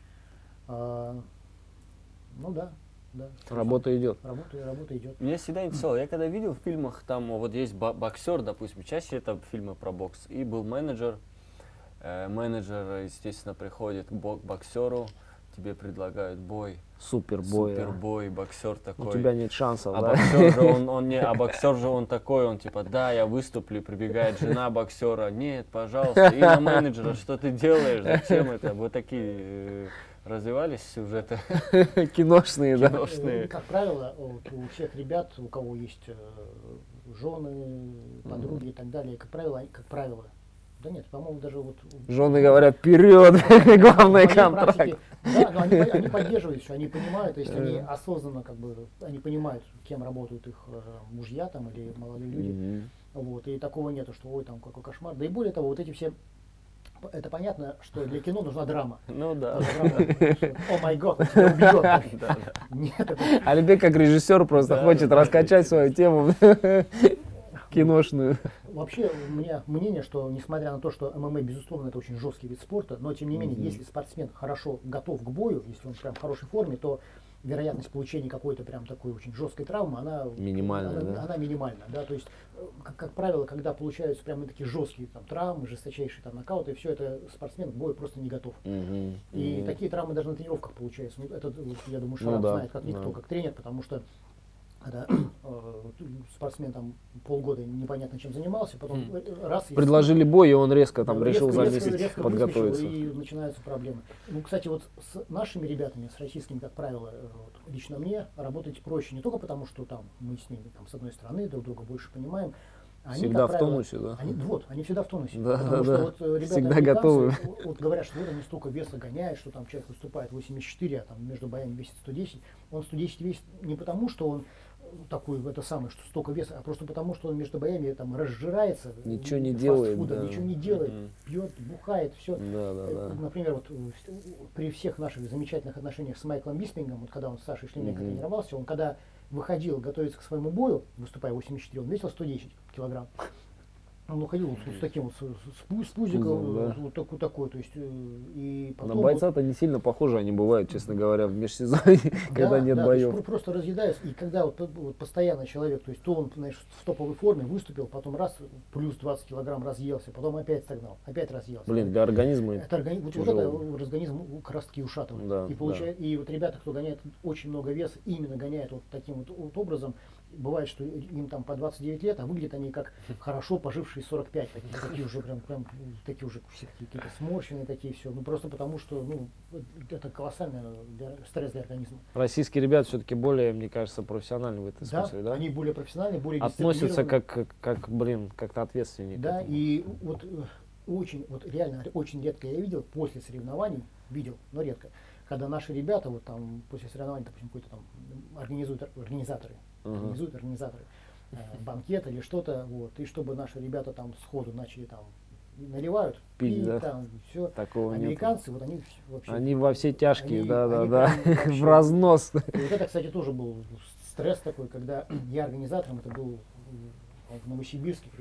Ну да. Работа идет. Работа идет. Меня всегда интересовало, я когда видел в фильмах, там вот есть боксер, допустим, чаще это фильмы про бокс, и был менеджер, естественно, приходит к боксеру, тебе предлагают бой. Супербой, боксер такой. У тебя нет шансов, да? Боксер же он такой, он типа, да, я выступлю, прибегает жена боксера, нет, пожалуйста, и на менеджера, что ты делаешь, зачем это? Вот такие развивались сюжеты. Киношные, да? Как правило, у всех ребят, у кого есть жены, подруги и так далее, как правило, да нет, по-моему, даже вот... Жены говорят, вперед, главный контракт. Да, но они поддерживают все, они понимают, то есть они осознанно, как бы, они понимают, кем работают их мужья там или молодые люди. Вот, и такого нету, что ой, там какой кошмар. Да и более того, вот эти все, это понятно, что для кино нужна драма. Ну да. О май гад, он тебя убьет. Нет, Алибек как режиссер просто хочет раскачать свою тему киношную. Вообще, у меня мнение, что несмотря на то, что ММА, безусловно, это очень жесткий вид спорта, но тем не менее, если спортсмен хорошо готов к бою, если он прям в хорошей форме, то вероятность получения какой-то прям такой очень жесткой травмы, она минимальна. Она минимальна, да, то есть, как правило, когда получаются прям такие жесткие там травмы, жесточайшие там нокауты, все это спортсмен к бою просто не готов. И такие травмы даже на тренировках получаются. Ну, это, я думаю, Шарап знает, как никто, как тренер, потому что когда спортсмен там полгода непонятно чем занимался, потом раз... Предложили бой, и он резко там решил за месяц подготовиться. И начинаются проблемы. Ну, кстати, вот с нашими ребятами, с российскими, как правило, лично мне работать проще не только потому, что там мы с ними там, с одной стороны друг друга больше понимаем, Они, Всегда как в правило, тонусе, да? они всегда в тонусе. Да, Потому да, что да. вот ребята Всегда американцы, готовы. вот говорят, что вот они столько веса гоняют, что там человек выступает 84, а там между боями весит 110. Он 110 весит не потому, что он такой, это самое, что столько веса, а просто потому, что он между боями там разжирается. Ничего не делает, фастфудом, да. ничего не делает, пьет, бухает, все. Да, да, да. Например, вот при всех наших замечательных отношениях с Майклом Биспингом, вот когда он с Сашей Шлеменко тренировался, он когда выходил готовиться к своему бою, выступая 84, он весил 110 килограмм. Он уходил вот с таким вот с пузиком, Да. вот такой, то есть и На потом бойца-то не сильно похожи они бывают, честно говоря, в межсезонье, когда нет то есть боев. просто разъедаются, и когда вот постоянно человек, то есть то он, знаешь, в топовой форме выступил, потом раз плюс 20 килограмм разъелся, потом опять согнал, опять разъелся. Блин, для организма Это вот тяжело. это организм как раз таки ушатывает. Да, И получает, и вот ребята, кто гоняет очень много веса, именно гоняет вот таким вот образом, бывает, что им там по 29 лет, а выглядят они как хорошо пожившие 45, такие уже прям такие уже все какие-то сморщенные такие все, ну просто потому что, ну, это колоссальный стресс для организма. Российские ребята все-таки более, мне кажется, профессиональны в этом смысле, да? Они более профессиональные, более Относятся дисциплинированные. как-то ответственнее. Да, и вот реально очень редко я видел после соревнований, но редко, когда наши ребята вот там после соревнований, допустим, какой-то там организаторы, банкет или что-то, вот, и чтобы наши ребята там сходу начали там наливают, Пить, да? там, все. Такого Американцы, вот они вообще... Они во все тяжкие, они да, прям вообще- в разнос. И вот это, кстати, тоже был стресс такой, когда я организатором, это был в Новосибирске,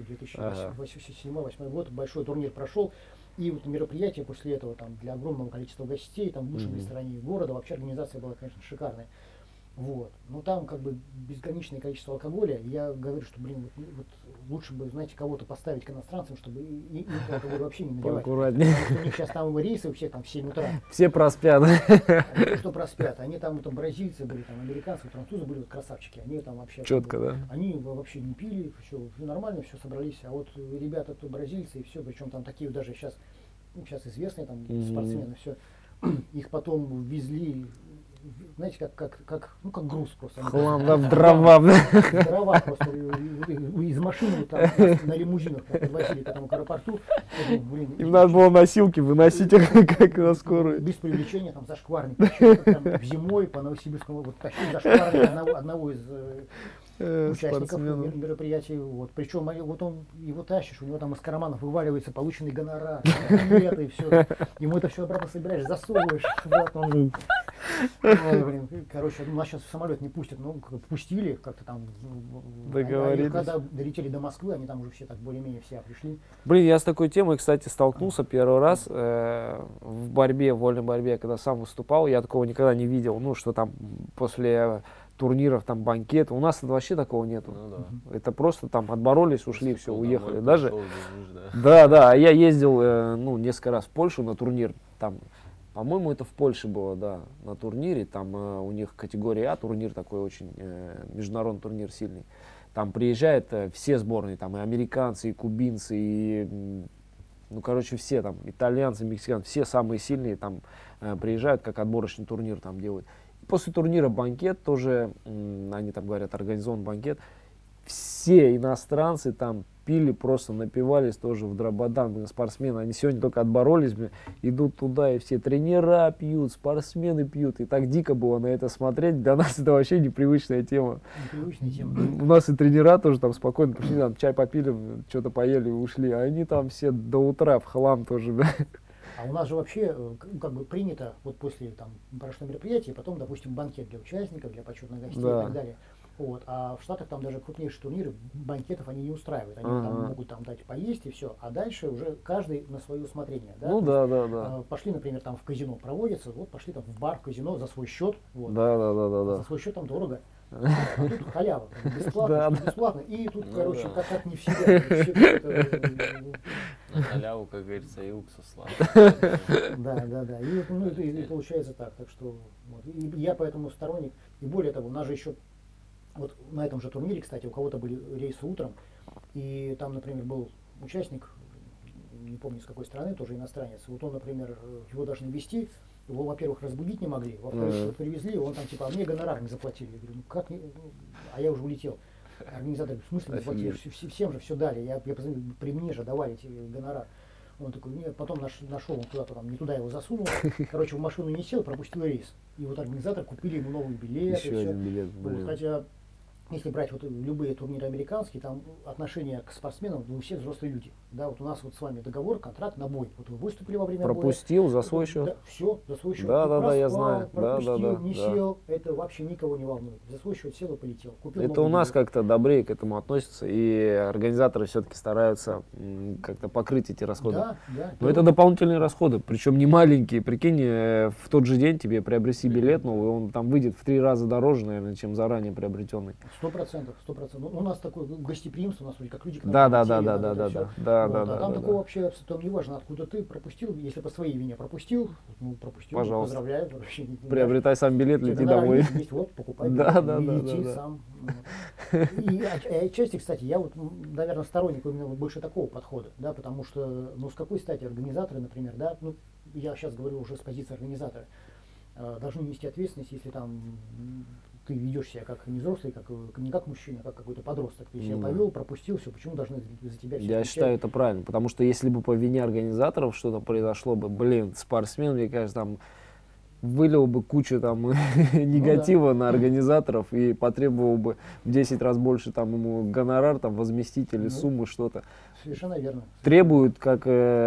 2007-2008 год, большой турнир прошел, и вот мероприятие после этого там для огромного количества гостей, там в лучшем ресторане города, вообще организация была, конечно, шикарная. Вот. Но там как бы безграничное количество алкоголя. И я говорю, что, блин, вот лучше бы, знаете, кого-то поставить к иностранцам, чтобы им алкоголь вообще не наливать. Поаккуратнее. Потому что у них сейчас там рейсы у всех там в 7 утра. Все проспят. Они то, что проспят. Они там бразильцы были, там американцы, французы были вот красавчики. Они там вообще... Четко, да? Они вообще не пили, все нормально, все собрались. А вот ребята, кто бразильцы и все, причем там такие даже сейчас известные там спортсмены, все. Их потом везли, знаете, как груз просто. Хлам, да, в дрова. Дрова просто из машины там на лимузинах подвозили к этому аэропорту. Блин, Им надо было носилки выносить, как на скорую. без привлечения там зашкварник. Там зимой по Новосибирскому вот тащили зашкварник одного из участников Спортсменов. мероприятий. Вот. Причем вот он его тащишь, у него там из карманов вываливается полученный гонорар, билеты и все. Ему это все обратно собираешь, засовываешь. Ой, блин, короче, нас сейчас в самолет не пустят, ну, пустили как-то там. Договорились. Когда долетели до Москвы, они там уже все так более-менее все пришли. Блин, я с такой темой, кстати, столкнулся первый раз в борьбе, в вольной борьбе, когда сам выступал. Я такого никогда не видел, ну, что там после турниров, там, банкеты. У нас вообще такого нету. Ну да. Это просто там отборолись, ушли, все, Домой уехали. пришел, Даже, бежишь, да, да. да, я ездил, ну, несколько раз в Польшу на турнир, там, по-моему, это в Польше было, да, на турнире, там у них категория А, турнир такой очень, международный турнир сильный. Там приезжают все сборные, там и американцы, и кубинцы, и, ну, короче, все там, итальянцы, мексиканцы, все самые сильные там приезжают, как отборочный турнир там делают. И после турнира банкет тоже, они там говорят, организован банкет, все иностранцы там пили, просто напивались тоже в дрободан, спортсмены, они сегодня только отборолись, идут туда, и все тренера пьют, спортсмены пьют, и так дико было на это смотреть, для нас это вообще непривычная тема. Непривычная тема. У нас и тренера тоже там спокойно пришли, там чай попили, что-то поели и ушли, а они там все до утра в хлам тоже. А у нас же вообще как бы принято, вот после там прошло мероприятие, потом, допустим, банкет для участников, для почетных гостей Да. и так далее. Вот. А в Штатах там даже крупнейшие турниры, банкетов они не устраивают. Они там могут там дать поесть и все. А дальше уже каждый на свое усмотрение. Да? Ну То да, есть, да, да. Пошли, например, там в казино проводится, вот пошли там в бар, в казино за свой счет. Вот. Да, да, да, да, За да. свой счет там дорого. А тут халява, бесплатно, Да, что бесплатно. И тут, Ну короче, да. как не в себя. На халяву, как говорится, и уксус сладкий. Да. И, вот, ну, и получается так. Так что вот. И я поэтому сторонник. И более того, у нас же еще вот на этом же турнире, кстати, у кого-то были рейсы утром, и там, например, был участник, не помню с какой страны, тоже иностранец. Вот он, например, его должны вести, его, во-первых, разбудить не могли, во-вторых, вот привезли, он там типа, а мне гонорар не заплатили. Я говорю, ну как не, а я уже улетел. Организаторы, в смысле, Офигеть. всем же все дали. Я позвонил, при мне же давали эти гонорар. Он такой, нет, потом нашел, он куда-то там, не туда его засунул. Короче, в машину не сел, пропустил рейс. И вот организатор купили ему новый билет. Еще один билет, Вот, блин. хотя, если брать вот любые турниры американские, там отношение к спортсменам, у всех взрослые люди. Да, вот у нас вот с вами договор, контракт на бой. Вот вы выступили во время боя. Пропустил за свой счет. Да, все, за свой счет. Да, Ты да, да, я проспал, знаю. Да, пропустил, да, да, не да. сел, это вообще никого не волнует. За свой счет сел и полетел. Купил Это новый у нас билет. как-то добрее к этому относятся, и организаторы все-таки стараются как-то покрыть эти расходы. Да, да. Но это дополнительные расходы, причем не маленькие. Прикинь, в тот же день тебе приобрести билет новый, он там выйдет в 3 раза дороже, наверное, чем заранее приобретенный. 100%. У нас такое гостеприимство, у нас вроде как люди к нам Да, да, да, прилетели, да, вот да, это да, всё. да, да, Вот, да, а да, там да, такого да. вообще, там не важно, откуда ты пропустил, если по своей вине пропустил, ну пропустил, Пожалуйста. поздравляю. Вообще, Приобретай сам билет, тебе лети гонорар домой. есть, вот, покупай Да, билет, да, и да, лети да, да. сам. Вот. И отчасти, кстати, я вот, наверное, сторонник именно вот больше такого подхода, да, потому что, ну, с какой стати организаторы, например, да, ну, я сейчас говорю уже с позиции организатора, должны нести ответственность, если там ты ведешь себя как не взрослый, не как мужчина, а как какой-то подросток. Ты себя Да. повел, пропустил, все, почему должны за тебя все Я считаю это правильно, потому что если бы по вине организаторов что-то произошло бы, блин, спортсмен, мне кажется, там вылил бы кучу там негатива на организаторов и потребовал бы в 10 раз больше там ему гонорар, там возместить или Ну, суммы, что-то. Совершенно верно. Требуют, как,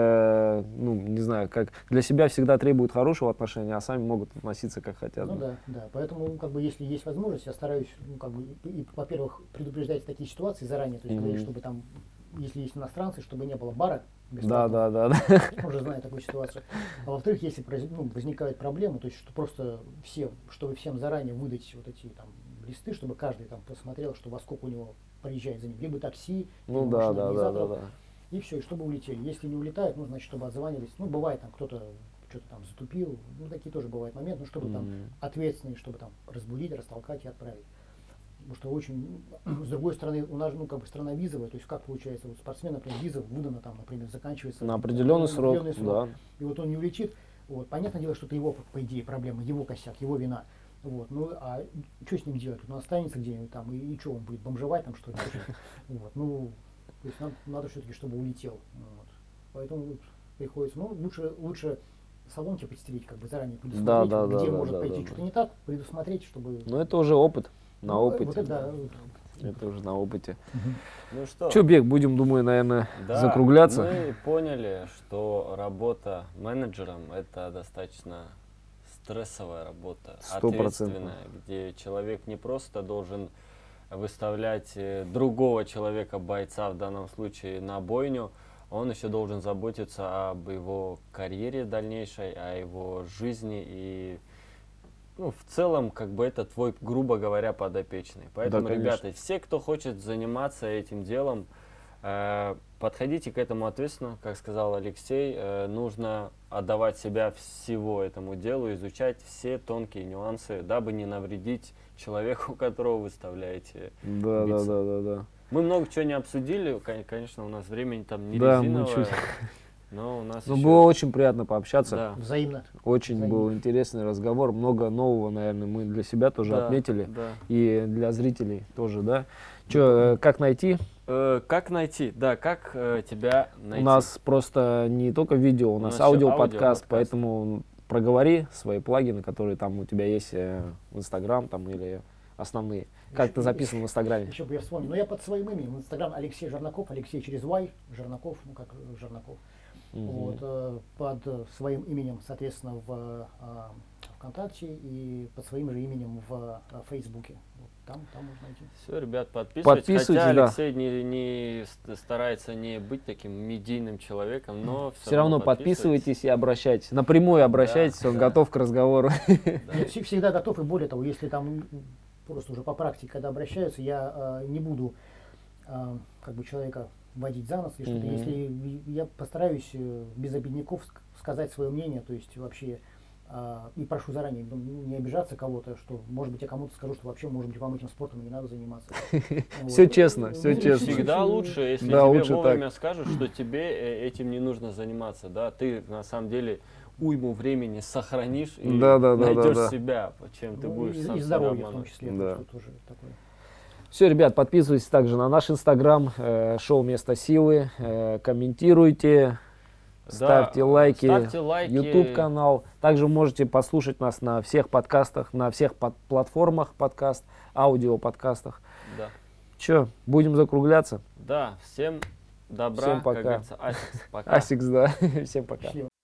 ну, не знаю, как для себя всегда требуют хорошего отношения, а сами могут относиться как хотят. Ну да, да. Поэтому, как бы, если есть возможность, я стараюсь, ну, как бы, во-первых, предупреждать такие ситуации заранее, то есть говорить, чтобы там, если есть иностранцы, чтобы не было бара Да, бесплатного. да, да, да. Уже знаю такую ситуацию. А во-вторых, если возникают проблемы, то есть что просто чтобы всем заранее выдать вот эти там листы, чтобы каждый там посмотрел, что во сколько у него проезжает за ним, либо такси, Ну либо да, машина да, да, да, организаторов, да. и все, и чтобы улетели. Если не улетают, ну, значит, чтобы отзванивались. Ну, бывает там кто-то что-то там затупил, ну, такие тоже бывают моменты, ну, чтобы там ответственные, чтобы там разбудить, растолкать и отправить. Потому что очень, с другой стороны, у нас, ну, как бы страна визовая, то есть как получается, вот спортсмен, например, виза выдана там, например, заканчивается На определенный срок, определенный да. и вот он не улетит, вот, понятное дело, что это его, по идее, проблема, его косяк, его вина. Вот, ну, а что с ним делать? Он останется где-нибудь там, и что, он будет бомжевать там, что ли? Вот, ну, то есть надо все-таки, чтобы улетел. Вот. Поэтому вот приходится, ну, лучше салонки подстелить, как бы заранее предусмотреть, Да, где да, может да, пойти да, что-то да. не так, предусмотреть, чтобы... Ну это уже опыт, на Ну, опыте. Вот это, да. Это уже на опыте. Ну что? Че, Бег, будем, думаю, наверное, Да, закругляться. мы поняли, что работа менеджером — это достаточно стрессовая работа, 100%. ответственная, где человек не просто должен выставлять другого человека, бойца в данном случае, на бойню, он еще должен заботиться об его карьере дальнейшей, о его жизни и, ну, в целом, как бы это твой, грубо говоря, подопечный. Поэтому, конечно. ребята, все, кто хочет заниматься этим делом, подходите к этому ответственно, как сказал Алексей, нужно отдавать себя всего этому делу, изучать все тонкие нюансы, дабы не навредить человеку, которого вы выставляете. Да, да, биться. да, да, да. Мы много чего не обсудили, конечно, у нас времени там не Да, мы резиновое, чуть- но у нас Ну, еще... было очень приятно пообщаться. Да. Взаимно. Очень Взаимно. был интересный разговор. Много нового, наверное, мы для себя тоже Да, отметили. да. И для зрителей тоже, да. Че, как найти? Как найти? Да, как тебя найти? У нас просто не только видео, у нас нас ещё аудиоподкаст, аудиоподкаст. поэтому проговори свои плагины, которые там у тебя есть в Инстаграм там или основные. Как ты записан в Инстаграме? Еще бы я вспомнил. Но я под своим именем. В Инстаграм Алексей Жернаков, Алексей через Y, Жернаков, ну как Жернаков. Вот, под своим именем, соответственно, в ВКонтакте и под своим же именем в Фейсбуке. Вот, там можно найти. Все, ребят, подписывайтесь. Подписывайтесь, Хотя да. Алексей старается не быть таким медийным человеком, но Все равно подписывайтесь и обращайтесь. Напрямую обращайтесь, он да. готов к разговору. Я всегда готов, и более того, если там просто уже по практике, когда обращаются, я не буду как бы человека водить за нос, и что-то. Если я постараюсь без обидников сказать свое мнение, то есть вообще, и прошу заранее не обижаться кого-то, что, может быть, я кому-то скажу, что вообще, может быть, вам этим спортом и не надо заниматься. Все честно, все Ну, честно. Всегда лучше, если Да, тебе лучше вовремя скажут, что тебе этим не нужно заниматься, да, ты на самом деле уйму времени сохранишь и Да, да, да, найдешь да, да. себя, чем ты Ну, будешь сам и себя здоровье в том обманывать. числе, Да. что тоже такое. Все, ребят, подписывайтесь также на наш инстаграм, шоу «Место силы», комментируйте, ставьте лайки, YouTube канал. Также можете послушать нас на всех подкастах, на всех платформах подкаст, аудиоподкастах. Да. Че, будем закругляться? Да, всем добра, Всем пока. как говорится, Асикс, пока. Асикс, да. Всем пока. Счастливо.